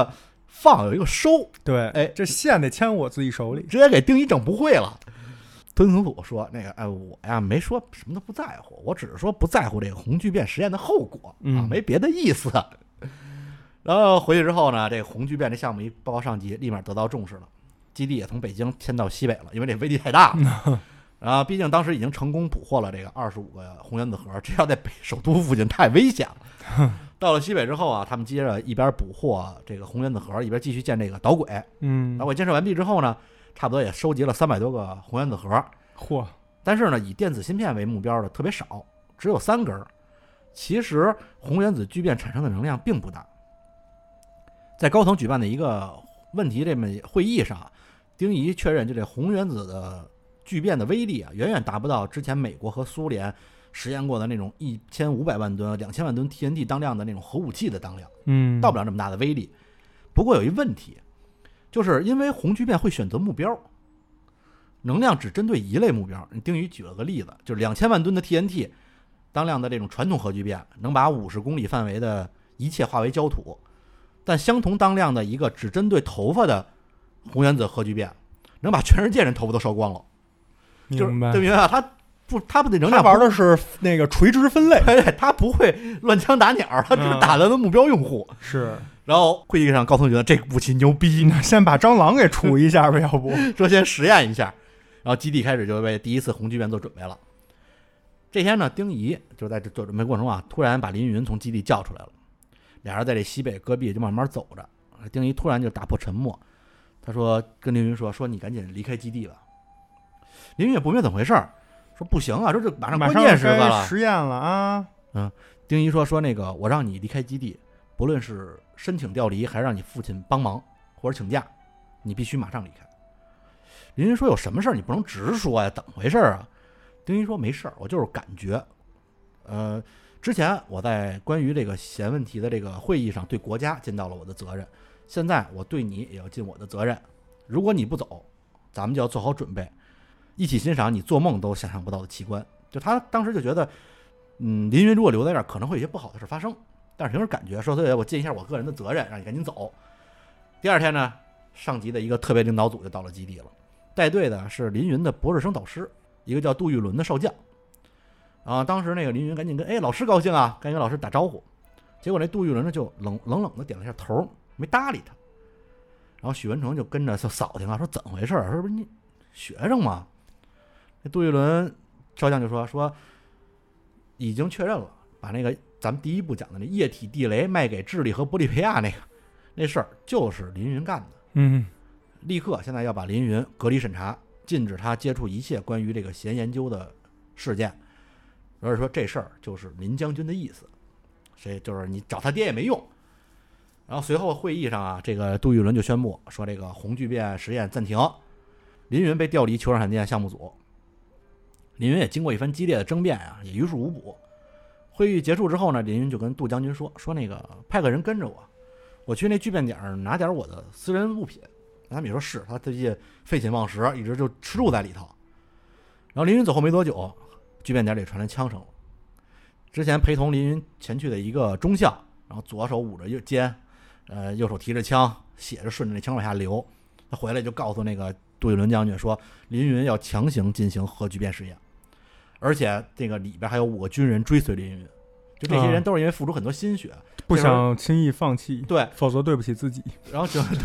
放有一个收， 对， 哎， 这线得牵我自己手里， 直接给丁一整不会了。吞吐吐说：“那个，哎，我呀没说什么都不在乎，我只是说不在乎这个红聚变实验的后果啊，没别的意思。”然后回去之后呢，这个红聚变这项目一报告上级，立马得到重视了，基地也从北京迁到西北了，因为这威力太大了。然后毕竟当时已经成功捕获了这个25个红原子核，这要在首都附近太危险了。到了西北之后啊，他们接着一边捕获这个红原子核，一边继续建这个导轨。导轨建设完毕之后呢，差不多也收集了300多个红原子核。 嚯！ 但是呢，以电子芯片为目标的特别少，只有3根。其实红原子聚变产生的能量并不大。在高层举办的一个问题这么会议上，丁仪确认，就这红原子的聚变的威力啊，远远达不到之前美国和苏联实验过的那种1500万吨、2000万吨 TNT 当量的那种核武器的当量，到不了这么大的威力。不过有一问题，就是因为红聚变会选择目标，能量只针对一类目标。丁仪举了个例子，就是2000万吨的 TNT 当量的这种传统核聚变，能把50公里范围的一切化为焦土，但相同当量的一个只针对头发的红原子核聚变，能把全世界人头发都烧光了。 明白？ 对明白啊？他不得能量玩的是那个垂直分类， 他不会乱枪打鸟，他只是打他的目标用户。 是。 然后会议上，高层觉得这武器牛逼， 先把蟑螂给除一下吧，要不说先实验一下。然后基地开始就为第一次红聚变做准备了。这天呢，丁仪就在这做准备过程中啊，突然把林云从基地叫出来了。俩人在这西北戈壁就慢慢走着。丁仪突然就打破沉默，他说跟林云说你赶紧离开基地吧。林云也不明白怎么回事，说不行啊，说这马上关键时刻了， 实验了啊。 丁仪说那个我让你离开基地，不论是申请调离还是让你父亲帮忙或者请假，你必须马上离开。林云说有什么事儿你不能直说呀，怎么回事啊？丁仪说没事儿，我就是感觉，之前我在关于这个弦问题的这个会议上对国家尽到了我的责任，现在我对你也要尽我的责任。如果你不走，咱们就要做好准备，一起欣赏你做梦都想象不到的奇观。就他当时就觉得，林云如果留在这儿，可能会有一些不好的事发生，但是凭着感觉说，我尽一下我个人的责任，让你赶紧走。第二天呢，上级的一个特别领导组就到了基地了，带队的是林云的博士生导师，一个叫杜玉伦的少将。当时那个林云赶紧跟老师高兴啊，赶紧跟老师打招呼，结果那杜玉伦呢就冷冷的点了一下头，没搭理他。然后许文成就跟着就扫听啊，说怎么回事？说不是你学生吗？那杜玉伦少将就说已经确认了，把那个咱们第一步讲的那液体地雷卖给智利和玻利维亚那事儿就是林云干的。立刻现在要把林云隔离审查，禁止他接触一切关于这个弦研究的事件。而是说这事儿就是林将军的意思，所以就是你找他爹也没用。然后随后会议上啊，这个杜玉伦就宣布说这个红聚变实验暂停，林云被调离球状闪电项目组。林云也经过一番激烈的争辩啊，也于事无补。会议结束之后呢，林云就跟杜将军说那个派个人跟着我去那聚变点拿点我的私人物品。他们也说是，他最近废寝忘食，一直就吃住在里头。然后林云走后没多久，聚变点里传来枪声了。之前陪同林云前去的一个中校，然后左手捂着肩，右手提着枪，血着顺着那枪往下流。他回来就告诉那个杜玉伦将军说，林云要强行进行核聚变实验，而且这个里边还有5个军人追随林云。就这些人都是因为付出很多心血， 不想轻易放弃， 对， 否则对不起自己。 然后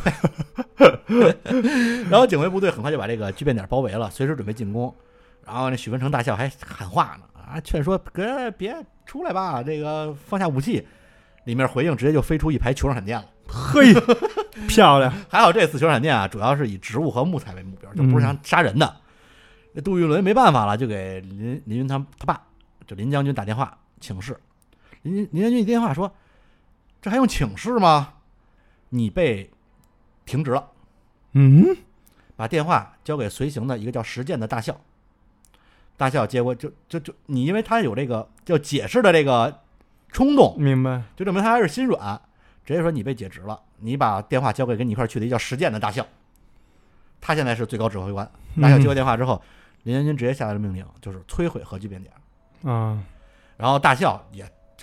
然后警卫部队很快就把这个聚变点包围了，随时准备进攻。然后那许文成大校还喊话呢，劝说别出来吧，这个放下武器。里面回应直接就飞出一排球状闪电了， 嘿，漂亮！ 还好这次球状闪电啊，主要是以植物和木材为目标，就不是想杀人的。那杜玉伦没办法了，就给林云他爸，就林将军打电话请示。林将军一电话说：“这还用请示吗？你被停职了。”把电话交给随行的一个叫石建的大校。大校接过，就你，因为他有这个叫解释的这个冲动， 明白？ 就证明他还是心软，直接说你被解职了，你把电话交给跟你一块去的一个叫石建的大校，他现在是最高指挥官。大校接过电话之后，林将军直接下来的命令就是摧毁核聚变点。 然后大校也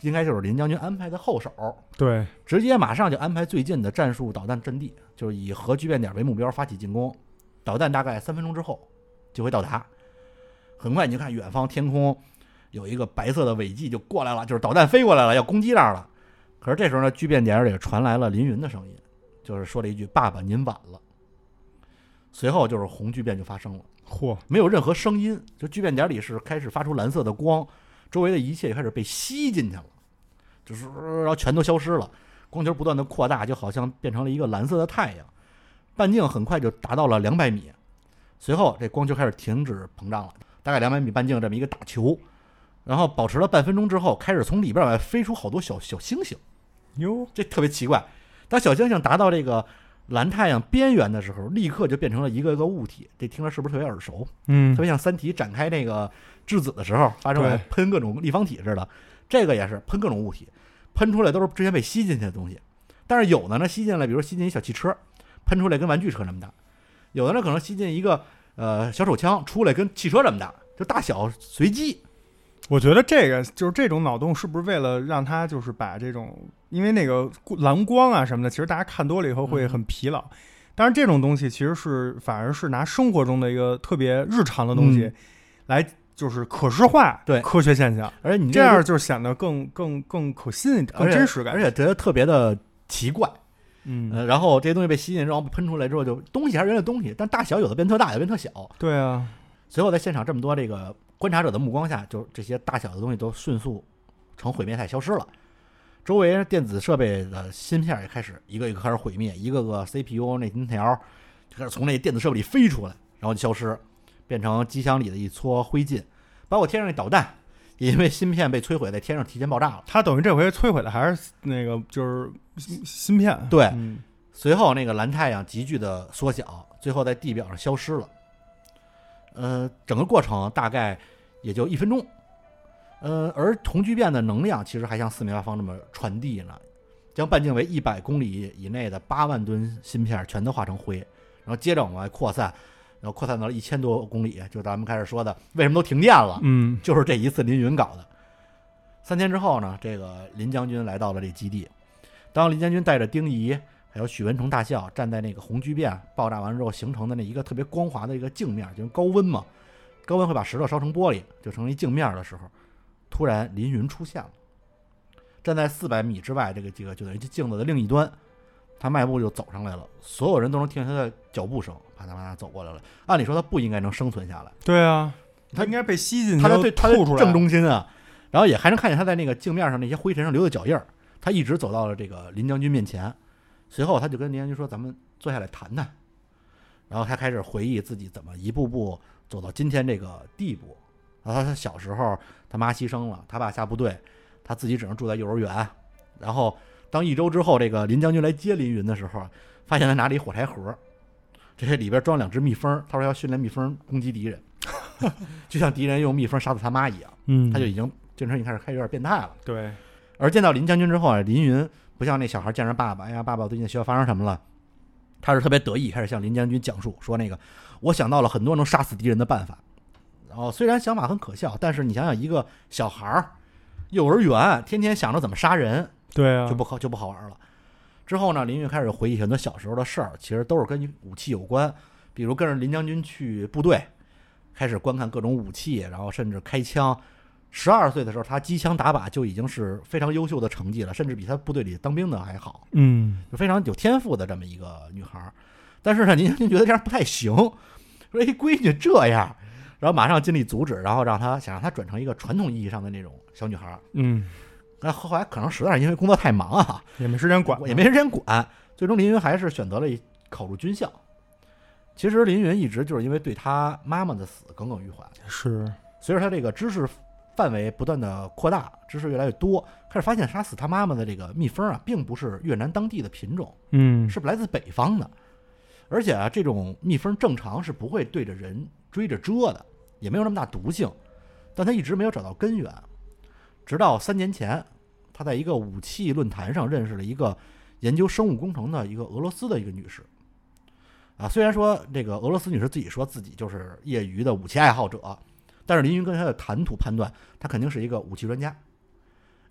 应该就是林将军安排的后手， 对， 直接马上就安排最近的战术导弹阵地，就是以核聚变点为目标发起进攻，导弹大概3分钟之后就会到达。很快你就看远方天空有一个白色的尾迹就过来了，就是导弹飞过来了，要攻击这儿了。可是这时候呢，聚变点里传来了林云的声音，就是说了一句：“爸爸，您晚了。”随后就是红聚变就发生了， 嚯， 没有任何声音，就聚变点里是开始发出蓝色的光，周围的一切也开始被吸进去了，就是然后全都消失了，光球不断的扩大，就好像变成了一个蓝色的太阳，半径很快就达到了200米，随后这光球开始停止膨胀了，大概200米半径这么一个大球，然后保持了半分钟之后，开始从里边往外飞出好多小星星。 哟， 这特别奇怪，当小星星达到这个蓝太阳边缘的时候，立刻就变成了一个个物体，这听着是不是特别耳熟？特别像三体展开那个质子的时候发出来喷各种立方体似的，这个也是喷各种物体，喷出来都是之前被吸进去的东西。但是有的呢吸进来，比如吸进一小汽车，喷出来跟玩具车那么大；有的呢可能吸进一个小手枪，出来跟汽车这么大，就大小随机。 我觉得这个就是这种脑洞，是不是为了让他就是把这种，因为那个蓝光啊什么的，其实大家看多了以后会很疲劳。当然，这种东西其实是反而是拿生活中的一个特别日常的东西来就是可视化科学现象， 而且你这样就显得更可信、更真实感， 而且觉得特别的奇怪。然后这些东西被吸进，然后喷出来之后，就东西还是人的东西，但大小有的变特大，有的变特小。 对啊。 随后在现场这么多这个观察者的目光下，就这些大小的东西都迅速呈毁灭态消失了。周围电子设备的芯片也开始一个一个开始毁灭，一个个 CPU 内存条就开始从那电子设备里飞出来，然后就消失，变成机箱里的一撮灰烬。包括天上那导弹也因为芯片被摧毁，在天上提前爆炸了。 它等于这回摧毁的还是那个就是芯片。 对，随后那个蓝太阳急剧的缩小，最后在地表上消失了。整个过程大概也就1分钟。而红聚变的能量其实还向四面八方这么传递呢，将半径为100公里以内的8万吨芯片全都化成灰，然后接着往外扩散，然后扩散到了1000多公里，就咱们开始说的为什么都停电了，就是这一次林云搞的。3天之后呢，这个林将军来到了这基地，当林将军带着丁仪还有许文成大校站在那个红聚变爆炸完之后形成的那一个特别光滑的一个镜面，就是高温嘛，高温会把石头烧成玻璃，就成一镜面的时候，突然林云出现了，站在400米之外，这个就等于镜子的另一端，他迈步就走上来了，所有人都能听见他的脚步声，啪嗒啪嗒走过来了。按理说他不应该能生存下来，对啊，他应该被吸进去，他的正中心啊，然后也还能看见他在那个镜面上那些灰尘上留的脚印儿。他一直走到了这个林将军面前，随后他就跟林将军说：“咱们坐下来谈谈。”然后他开始回忆自己怎么一步步走到今天这个地步。然后他小时候他妈牺牲了，他爸下部队，他自己只能住在幼儿园。然后当1周之后这个林将军来接林云的时候，发现他拿了一火柴盒，这些里边装2只蜜蜂，他说要训练蜜蜂攻击敌人，就像敌人用蜜蜂杀死他妈一样。他就已经精神开始有点变态了。对。而见到林将军之后啊，林云不像那小孩见着爸爸，哎呀，爸爸最近学校发生什么了？他是特别得意，开始向林将军讲述说那个我想到了很多能杀死敌人的办法。然后虽然想法很可笑，但是你想想一个小孩幼儿园天天想着怎么杀人，对啊，就不好玩了。之后呢，林云开始回忆很多小时候的事儿，其实都是跟武器有关，比如跟着林将军去部队，开始观看各种武器，然后甚至开枪。12岁的时候，他机枪打靶就已经是非常优秀的成绩了，甚至比他部队里当兵的还好。就非常有天赋的这么一个女孩。但是呢，林将军觉得这样不太行，说闺女这样，然后马上尽力阻止，然后想让她转成一个传统意义上的那种小女孩。那后来可能实在是因为工作太忙啊，也没时间管，最终林云还是选择了考入军校。其实林云一直就是因为对他妈妈的死耿耿于怀，是随着他这个知识范围不断的扩大，知识越来越多，开始发现杀死他妈妈的这个蜜蜂啊，并不是越南当地的品种，是来自北方的，而且啊，这种蜜蜂正常是不会对着人追着蛰的，也没有那么大毒性，但他一直没有找到根源。直到3年前，他在一个武器论坛上认识了一个研究生物工程的一个俄罗斯的一个女士。虽然说这个俄罗斯女士自己说自己就是业余的武器爱好者，但是林云跟他的谈吐判断，他肯定是一个武器专家。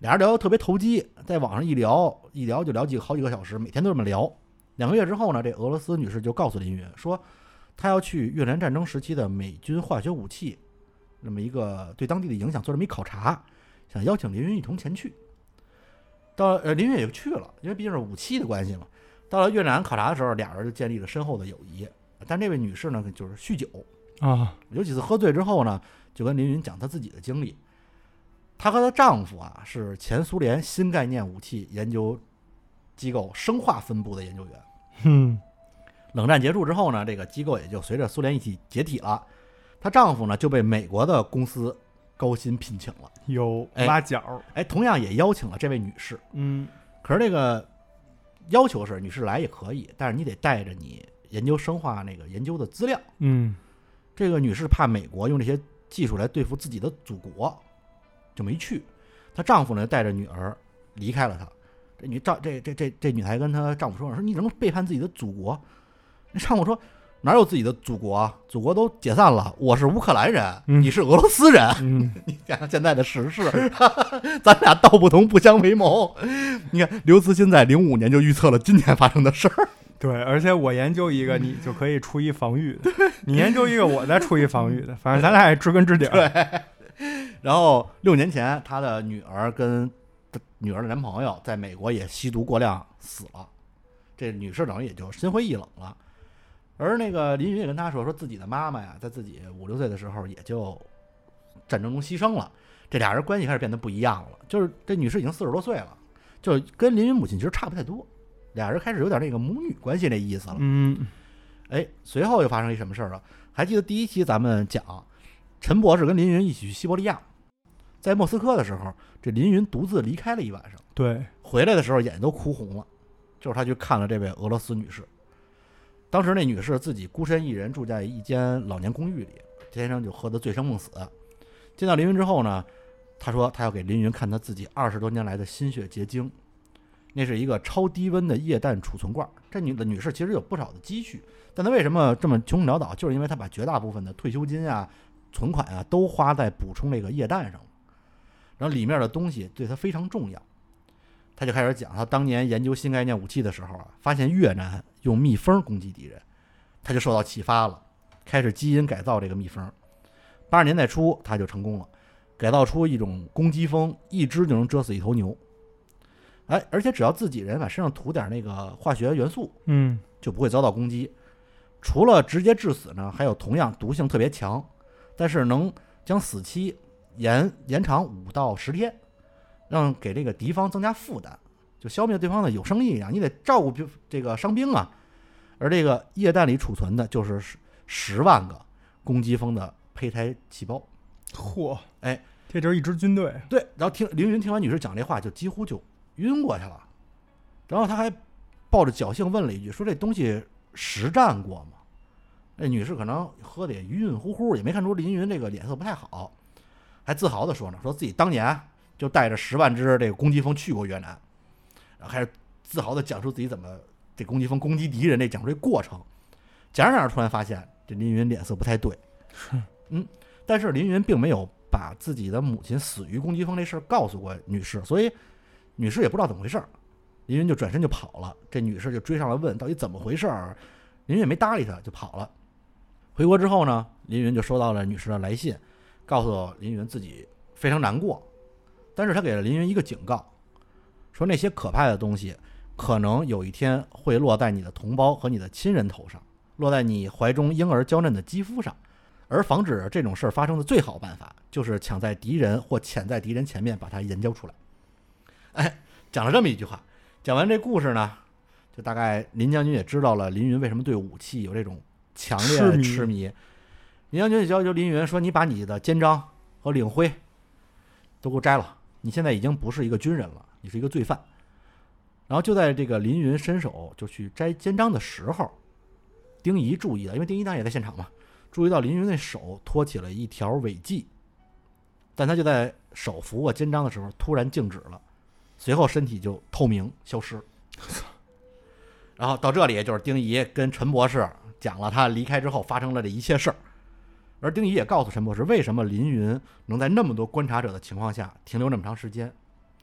俩人聊得特别投机，在网上一聊就聊好几个小时，每天都这么聊。2个月之后呢，这俄罗斯女士就告诉林云说，她要去越南战争时期的美军化学武器那么一个对当地的影响做这么一考察，想邀请林云一同前去。到林云也就去了，因为毕竟是武器的关系嘛。到了越南考察的时候，俩人就建立了深厚的友谊。但这位女士呢，就是酗酒啊， 有几次喝醉之后呢，就跟林云讲她自己的经历。她和她丈夫啊是前苏联新概念武器研究机构生化分部的研究员。冷战结束之后呢，这个机构也就随着苏联一起解体了。她丈夫呢就被美国的公司高薪聘请了， 有挖角。 同样也邀请了这位女士。可是这个要求是女士来也可以，但是你得带着你研究生化那个研究的资料。这个女士怕美国用这些技术来对付自己的祖国，就没去。她丈夫呢带着女儿离开了她。这女孩跟她丈夫说你怎么背叛自己的祖国？那丈夫说哪有自己的祖国啊？祖国都解散了，我是乌克兰人，你是俄罗斯人。你想想现在的时事，咱俩道不同不相为谋。你看刘慈欣在05年就预测了今天发生的事儿。 对，而且我研究一个，你就可以出一防御的；你研究一个，我再出一防御的。反正咱俩也知根知底。 对。然后6年前，他的女儿跟女儿的男朋友在美国也吸毒过量死了，这女士等于也就心灰意冷了。而那个林云也跟他说自己的妈妈呀，在自己5、6岁的时候也就战争中牺牲了。这俩人关系开始变得不一样了，就是这女士已经40多岁了，就跟林云母亲其实差不太多，俩人开始有点那个母女关系那意思了。随后又发生一什么事儿了？还记得第1期咱们讲陈博士跟林云一起去西伯利亚，在莫斯科的时候，这林云独自离开了一晚上。 对， 回来的时候眼睛都哭红了，就是他去看了这位俄罗斯女士。当时那女士自己孤身一人住在一间老年公寓里，天生就喝得醉生梦死。见到林云之后呢，他说他要给林云看他自己20多年来的心血结晶，那是一个超低温的液氮储存罐。这女士其实有不少的积蓄，但她为什么这么穷困潦倒？就是因为她把绝大部分的退休金啊、存款啊都花在补充这个液氮上了，然后里面的东西对她非常重要。他就开始讲他当年研究新概念武器的时候啊，发现越南用蜜蜂攻击敌人，他就受到启发了，开始基因改造这个蜜蜂。80年代初他就成功了，改造出一种攻击蜂，一只就能蛰死一头牛。而且只要自己人把身上涂点那个化学元素，就不会遭到攻击。除了直接致死呢，还有同样毒性特别强，但是能将死期延长5到10天。让给这个敌方增加负担，就消灭对方的有生力量，你得照顾这个伤兵啊。而这个液氮里储存的就是10万个攻击蜂的胚胎细胞。 嚯，这就是一支军队。 对，然后凌云听完女士讲这话，就几乎就晕过去了。然后他还抱着侥幸问了一句，说这东西实战过吗？那女士可能喝的也晕晕乎乎，也没看出凌云这个脸色不太好，还自豪的说呢，说自己当年就带着10万只这个攻击蜂去过越南，然后还是自豪的讲述自己怎么这攻击蜂攻击敌人，讲述这过程。讲着讲着，突然发现这林云脸色不太对。但是林云并没有把自己的母亲死于攻击蜂这事告诉过女士，所以女士也不知道怎么回事。林云就转身就跑了，这女士就追上来问到底怎么回事，林云也没搭理他，就跑了。回国之后呢，林云就收到了女士的来信，告诉林云自己非常难过。但是他给了林云一个警告，说那些可怕的东西可能有一天会落在你的同胞和你的亲人头上，落在你怀中婴儿娇嫩的肌肤上，而防止这种事儿发生的最好办法就是抢在敌人或潜在敌人前面把它研究出来。讲了这么一句话。讲完这故事呢，就大概林将军也知道了林云为什么对武器有这种强烈的痴迷。林将军就要求林云说，你把你的肩章和领徽都给我摘了，你现在已经不是一个军人了，你是一个罪犯。然后就在这个林云伸手就去摘肩章的时候，丁仪注意了，因为丁仪当然也在现场嘛，注意到林云那手托起了一条尾迹，但他就在手扶过肩章的时候突然静止了，随后身体就透明消失。然后到这里就是丁仪跟陈博士讲了他离开之后发生了这一切事儿。而丁仪也告诉陈博士，为什么林云能在那么多观察者的情况下停留那么长时间。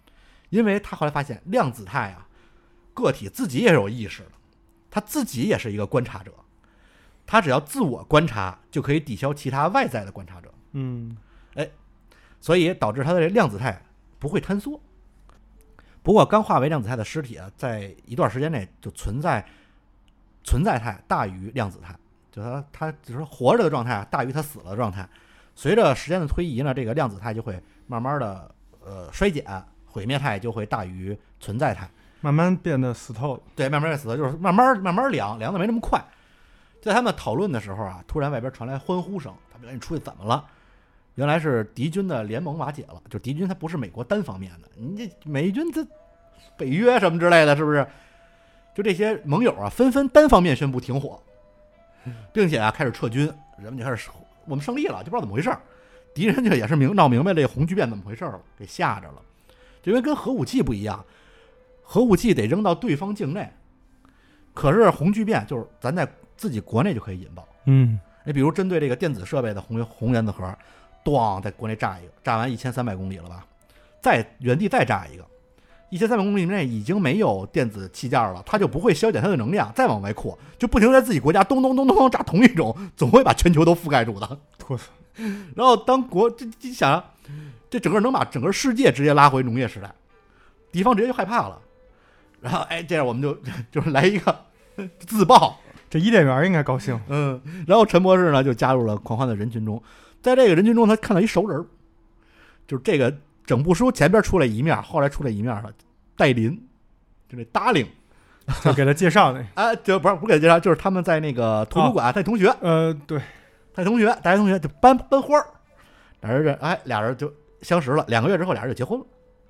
因为他后来发现量子态啊，个体自己也是有意识的，他自己也是一个观察者，他只要自我观察就可以抵消其他外在的观察者。所以导致他的量子态不会坍缩。不过刚化为量子态的尸体啊，在一段时间内就存在态大于量子态，就他就是活着的状态大于他死了的状态。随着时间的推移呢，这个量子态就会慢慢的衰减，毁灭态就会大于存在态， 慢慢变得死透了。 对，慢慢变死透，就是慢慢凉的没那么快。在他们讨论的时候啊，突然外边传来欢呼声，他们赶紧出去，怎么了？原来是敌军的联盟瓦解了，就敌军它不是美国单方面的，你这美军这北约什么之类的，是不是？就这些盟友啊，纷纷单方面宣布停火，并且啊开始撤军，人们就开始我们胜利了，就不知道怎么回事。敌人就也是闹明白这红巨变怎么回事了，给吓着了。因为跟核武器不一样，核武器得扔到对方境内，可是红巨变就是咱在自己国内就可以引爆。你比如针对这个电子设备的红原子核，咣，在国内炸一个，炸完1300公里了吧，在原地再炸一个，1300公里内已经没有电子器件了，它就不会消减它的能量，再往外扩，就不停在自己国家咚咚咚咚咚炸同一种，总会把全球都覆盖住的。然后当国这想，这整个能把整个世界直接拉回农业时代，敌方直接就害怕了。然后这样我们就是来一个自爆， 这伊甸园应该高兴。 然后陈博士呢就加入了狂欢的人群中。在这个人群中，他看到一熟人，就是这个整部书前边出来一面，后来出来一面了，戴林，就那Darling， 就给他介绍那啊，就不给他介绍，就是他们在那个图书馆带同学， 对， 带同学，大学同学就班花，俩人就相识了，2个月之后俩人就结婚了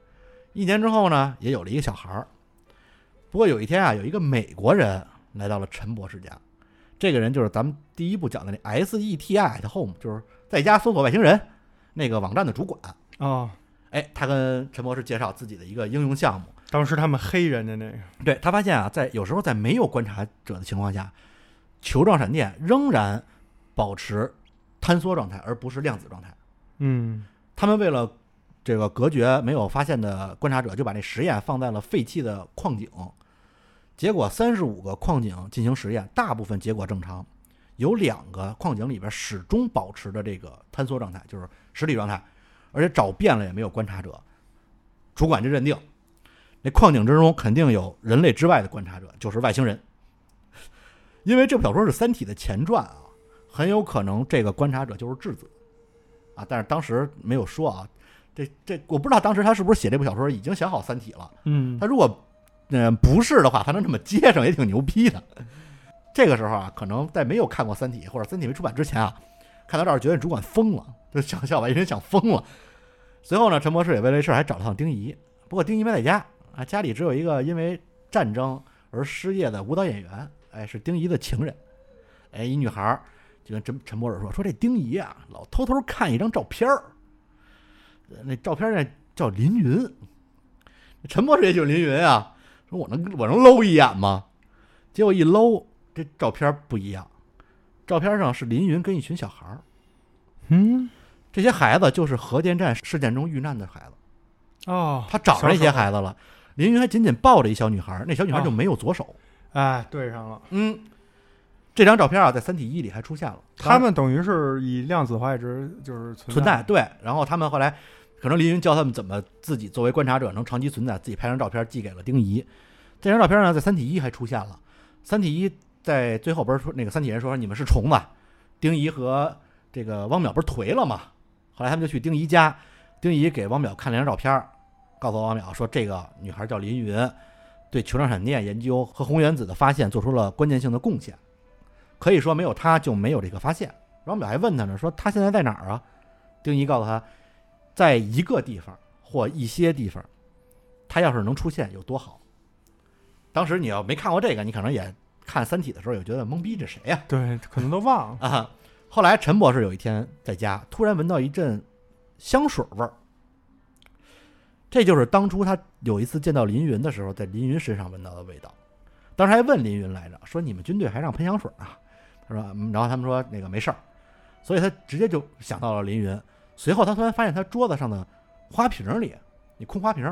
，1年之后呢，也有了一个小孩。不过有一天啊，有一个美国人来到了陈博士家，这个人就是咱们第一部讲的那 SETI at Home， 就是在家搜索外星人那个网站的主管。他跟陈博士介绍自己的一个应用项目。 当时他们黑人的那个， 对，他发现啊，有时候在没有观察者的情况下，球状闪电仍然保持坍缩状态，而不是量子状态。他们为了这个隔绝没有发现的观察者，就把那实验放在了废弃的矿井。结果35个矿井进行实验，大部分结果正常，有2个矿井里边始终保持着这个坍缩状态，就是实体状态，而且找遍了也没有观察者。主管就认定那矿井之中肯定有人类之外的观察者，就是外星人。因为这部小说是《三体》的前传啊，很有可能这个观察者就是质子啊，但是当时没有说啊。这我不知道当时他是不是写这部小说已经想好《三体》了。他如果不是的话，他能这么接上也挺牛逼的。这个时候啊，可能在没有看过《三体》或者《三体》没出版之前啊，看到这儿觉得主管疯了，就想外星人想疯了。随后呢，陈博士也为这事还找了趟丁仪，不过丁仪没在家啊，家里只有一个因为战争而失业的舞蹈演员，是丁仪的情人。一女孩就跟陈博士说这丁仪啊，老偷偷看一张照片儿。那照片呢叫林云，陈博士也就是林云啊，说我能搂一眼吗？结果一搂，这照片不一样，照片上是林云跟一群小孩儿。这些孩子就是核电站事件中遇难的孩子。他找着那些孩子了。林云还紧紧抱着一小女孩，那小女孩就没有左手。 对上了。 这张照片啊，在《三体1》里还出现了。 他们等于是以量子化值就是存在。 对，然后他们后来可能林云教他们怎么自己作为观察者能长期存在，自己拍张照片寄给了丁仪。这张照片呢，在《三体1》还出现了。《三体1》在最后不是说那个三体人说你们是虫子，丁仪和这个汪淼不是颓了吗？后来他们就去丁仪家，丁仪给汪淼看了张照片，告诉汪淼说这个女孩叫林云，对球状闪电研究和红原子的发现做出了关键性的贡献，可以说没有她就没有这个发现。汪淼还问他呢，说她现在在哪儿啊？丁仪告诉他，在一个地方或一些地方，她要是能出现有多好。当时你要没看过这个，你可能也看《三体》的时候也觉得懵逼，这谁呀？ 对，可能都忘了啊。后来陈博士有一天在家，突然闻到一阵香水味儿，这就是当初他有一次见到林云的时候，在林云身上闻到的味道。当时还问林云来着，说你们军队还让喷香水啊？他说，然后他们说那个没事儿，所以他直接就想到了林云。随后他突然发现他桌子上的花瓶里，那空花瓶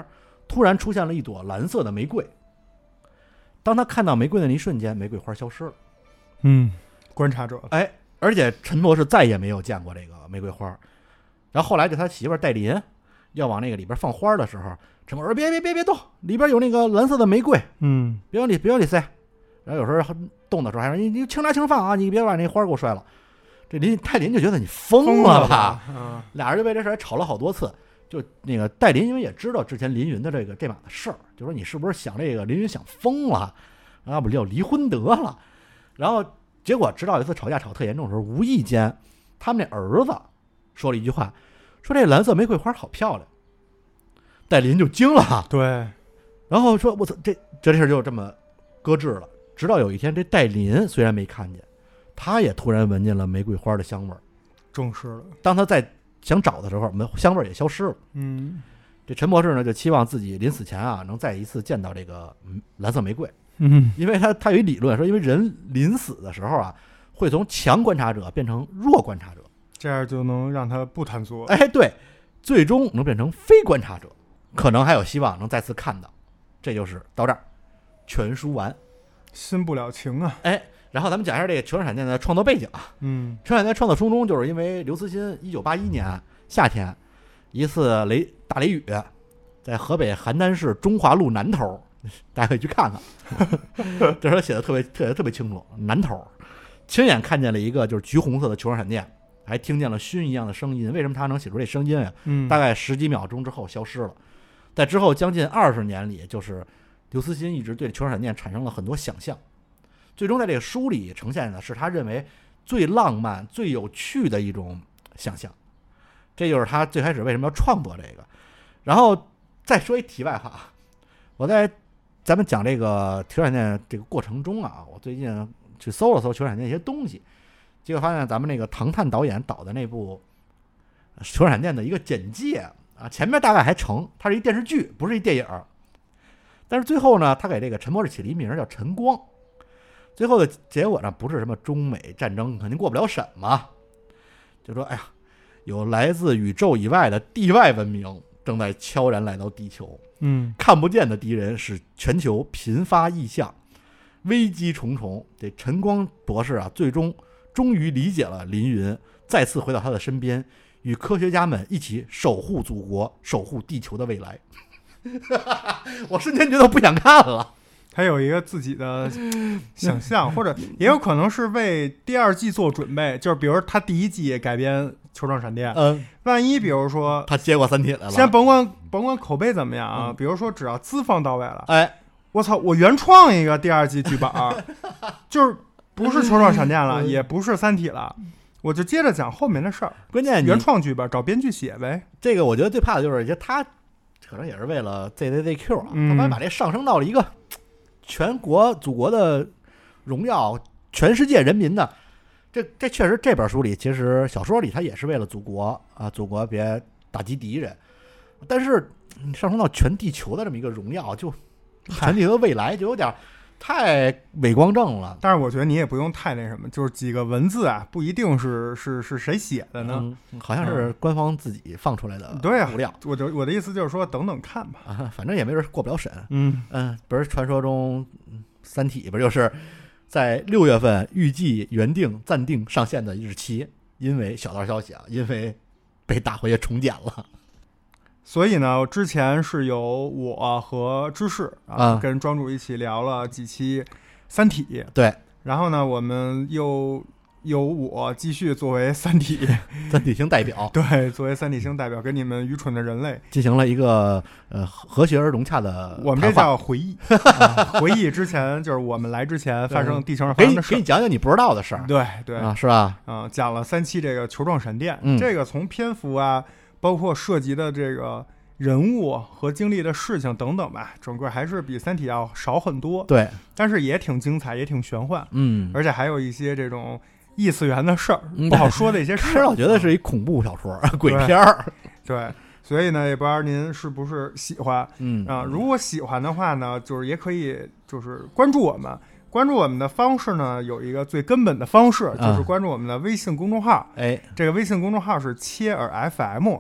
突然出现了一朵蓝色的玫瑰。当他看到玫瑰的那一瞬间，玫瑰花消失了。 观察者。 哎，而且陈博士再也没有见过这个玫瑰花。然后后来就他媳妇戴琳要往那个里边放花的时候，陈博士说别动，里边有那个蓝色的玫瑰，别往里塞。然后有时候动的时候还说你轻拿轻放啊，你别把那花给我摔了。这戴琳就觉得你疯了吧？俩人就为这事还吵了好多次。就那个戴琳因为也知道之前林云的这码的事儿，就说你是不是想这个林云想疯了，要不就离婚得了。然后结果直到有一次吵架吵特严重的时候，无意间他们那儿子说了一句话，说这蓝色玫瑰花好漂亮。戴琳就惊了， 对， 然后说我操，这事就这么搁置了。直到有一天，这戴琳虽然没看见，他也突然闻见了玫瑰花的香味儿， 重视了。 当他在想找的时候，香味儿也消失了。这陈博士呢就期望自己临死前啊能再一次见到这个蓝色玫瑰。因为他有一理论说，因为人临死的时候啊会从强观察者变成弱观察者， 这样就能让他不探索。 哎，对，最终能变成非观察者，可能还有希望能再次看到。这就是到这儿全书完。 新不了情啊！ 哎，然后咱们讲一下这个球状闪电的创作背景啊。球状闪电创作初衷就是因为刘慈欣1981年夏天一次大雷雨，在河北邯郸市中华路南头，大家可以去看看。这时候写的特别清楚，南头亲眼看见了一个就是橘红色的球状闪电，还听见了熏一样的声音。为什么他能写出这声音啊？大概10几秒钟之后消失了。在之后将近20年里，就是刘慈欣一直对球状闪电产生了很多想象，最终在这个书里呈现的是他认为最浪漫最有趣的一种想象。这就是他最开始为什么要创作这个。然后再说一题外话，我在咱们讲这个球闪电这个过程中啊，我最近去搜了搜球闪电一些东西，结果发现咱们那个唐探导演导的那部球闪电的一个简介啊，前面大概还成，它是一电视剧，不是一电影。但是最后呢，他给这个陈博士起了一名叫陈光。最后的结果呢，不是什么中美战争肯定过不了审嘛，就说哎呀，有来自宇宙以外的地外文明正在悄然来到地球。看不见的敌人使全球频发异象，危机重重。这陈光博士啊，终于理解了林云，再次回到他的身边，与科学家们一起守护祖国，守护地球的未来。我瞬间觉得不想看了。 他有一个自己的想象，或者也有可能是为第2季做准备，就是比如他第1季改编球状闪电，万一比如说他接过3体来了， 先甭管口碑怎么样啊，比如说只要资方到位了， 哎， 我操，我原创一个第2季剧本，就是不是球状闪电了，也不是3体了，我就接着讲后面的事儿。 关键原创剧本找编剧写呗。 这个我觉得最怕的就是他可能也是为了 ZZZQ 啊，他把这上升到了一个全国祖国的荣耀，全世界人民的。这确实，这本书里其实小说里他也是为了祖国啊，祖国别打击敌人。但是你上升到全地球的这么一个荣耀，就全地球的未来，就有点太伪光正了。 但是我觉得你也不用太那什么，就是几个文字啊，不一定是谁写的呢？ 好像是官方自己放出来的物料。 对啊，我的意思就是说，等等看吧。 反正也没人过不了审。不是传说中3体不就是在6月份预计原定暂定上线的日期，因为小道消息啊，因为被大回重剪了。 所以呢，之前是由我和芝士跟庄主一起聊了几期3体， 对， 然后呢，我们又由我继续作为3体星代表， 对，作为3体星代表，跟你们愚蠢的人类进行了一个和谐而融洽的， 我们这叫回忆，回忆之前就是我们来之前发生地球上发生的事， 给你讲讲你不知道的事儿， 对啊，是吧？ 讲了3期这个球状闪电，这个从篇幅啊，包括涉及的这个人物和经历的事情等等吧，整个还是比3体要少很多。对，但是也挺精彩，也挺玄幻。而且还有一些这种异次元的事儿，不好说的一些事儿。 我觉得是一恐怖小说、鬼片儿。 对，所以呢，也不知道您是不是喜欢。如果喜欢的话呢，就是也可以就是关注我们。关注我们的方式呢，有一个最根本的方式，就是关注我们的微信公众号。这个微信公众号是切尔 FM。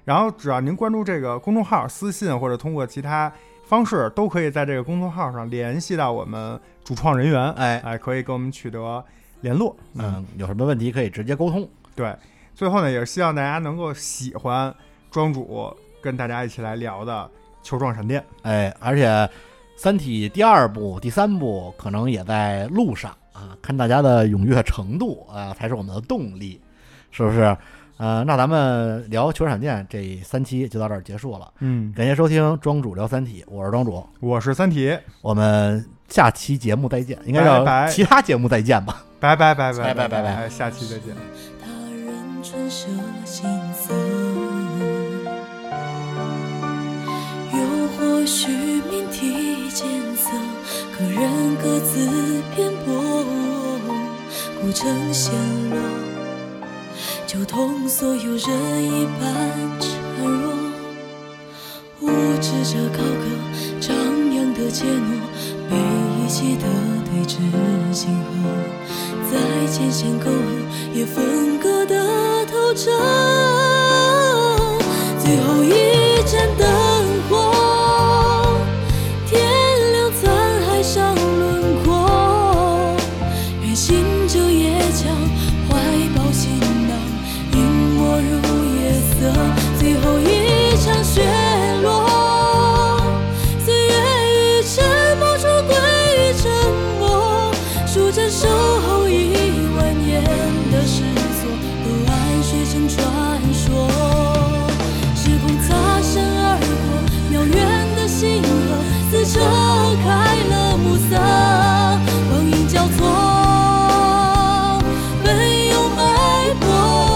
然后只要您关注这个公众号，私信或者通过其他方式都可以在这个公众号上联系到我们主创人员，可以跟我们取得联络。 有什么问题可以直接沟通。 对，最后呢，也是希望大家能够喜欢庄主跟大家一起来聊的球状闪电。 而且三体第2部、第3部可能也在路上啊，看大家的踊跃程度啊，才是我们的动力，是不是？那咱们聊球闪电这3期就到这儿结束了。感谢收听庄主聊三体，我是庄主， 我是三体， 我们下期节目再见，应该叫其他节目再见吧。 拜拜，下期再见。 他人春舍心色，又或许命题艰涩，可人各自偏颇，孤城陷落，就同所有人一般孱弱，无知者高歌张扬的怯懦，被遗弃的对峙星河，在渐线沟壑也分割的透彻，最后一盏灯火，天亮残海上轮廓，愿行者也将怀抱行囊，隐没入夜色，最后一场雪落，岁月与沉默出归于沉默，数着守候1万年的诗作，都安睡成传说，时空擦身而过，渺远的星河撕扯开了暮色，光影交错，奔涌脉搏，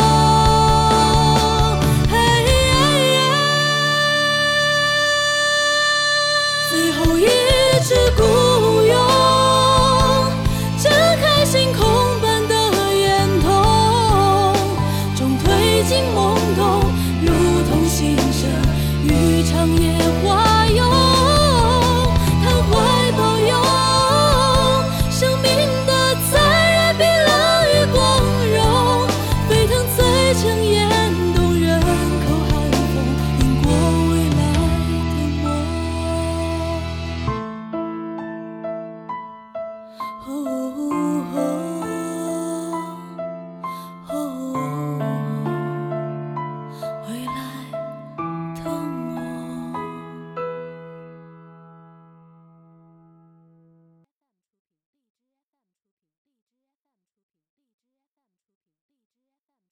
最后一支孤勇，睁开星空般的眼瞳，终推进懵懂，如同新生，一场夜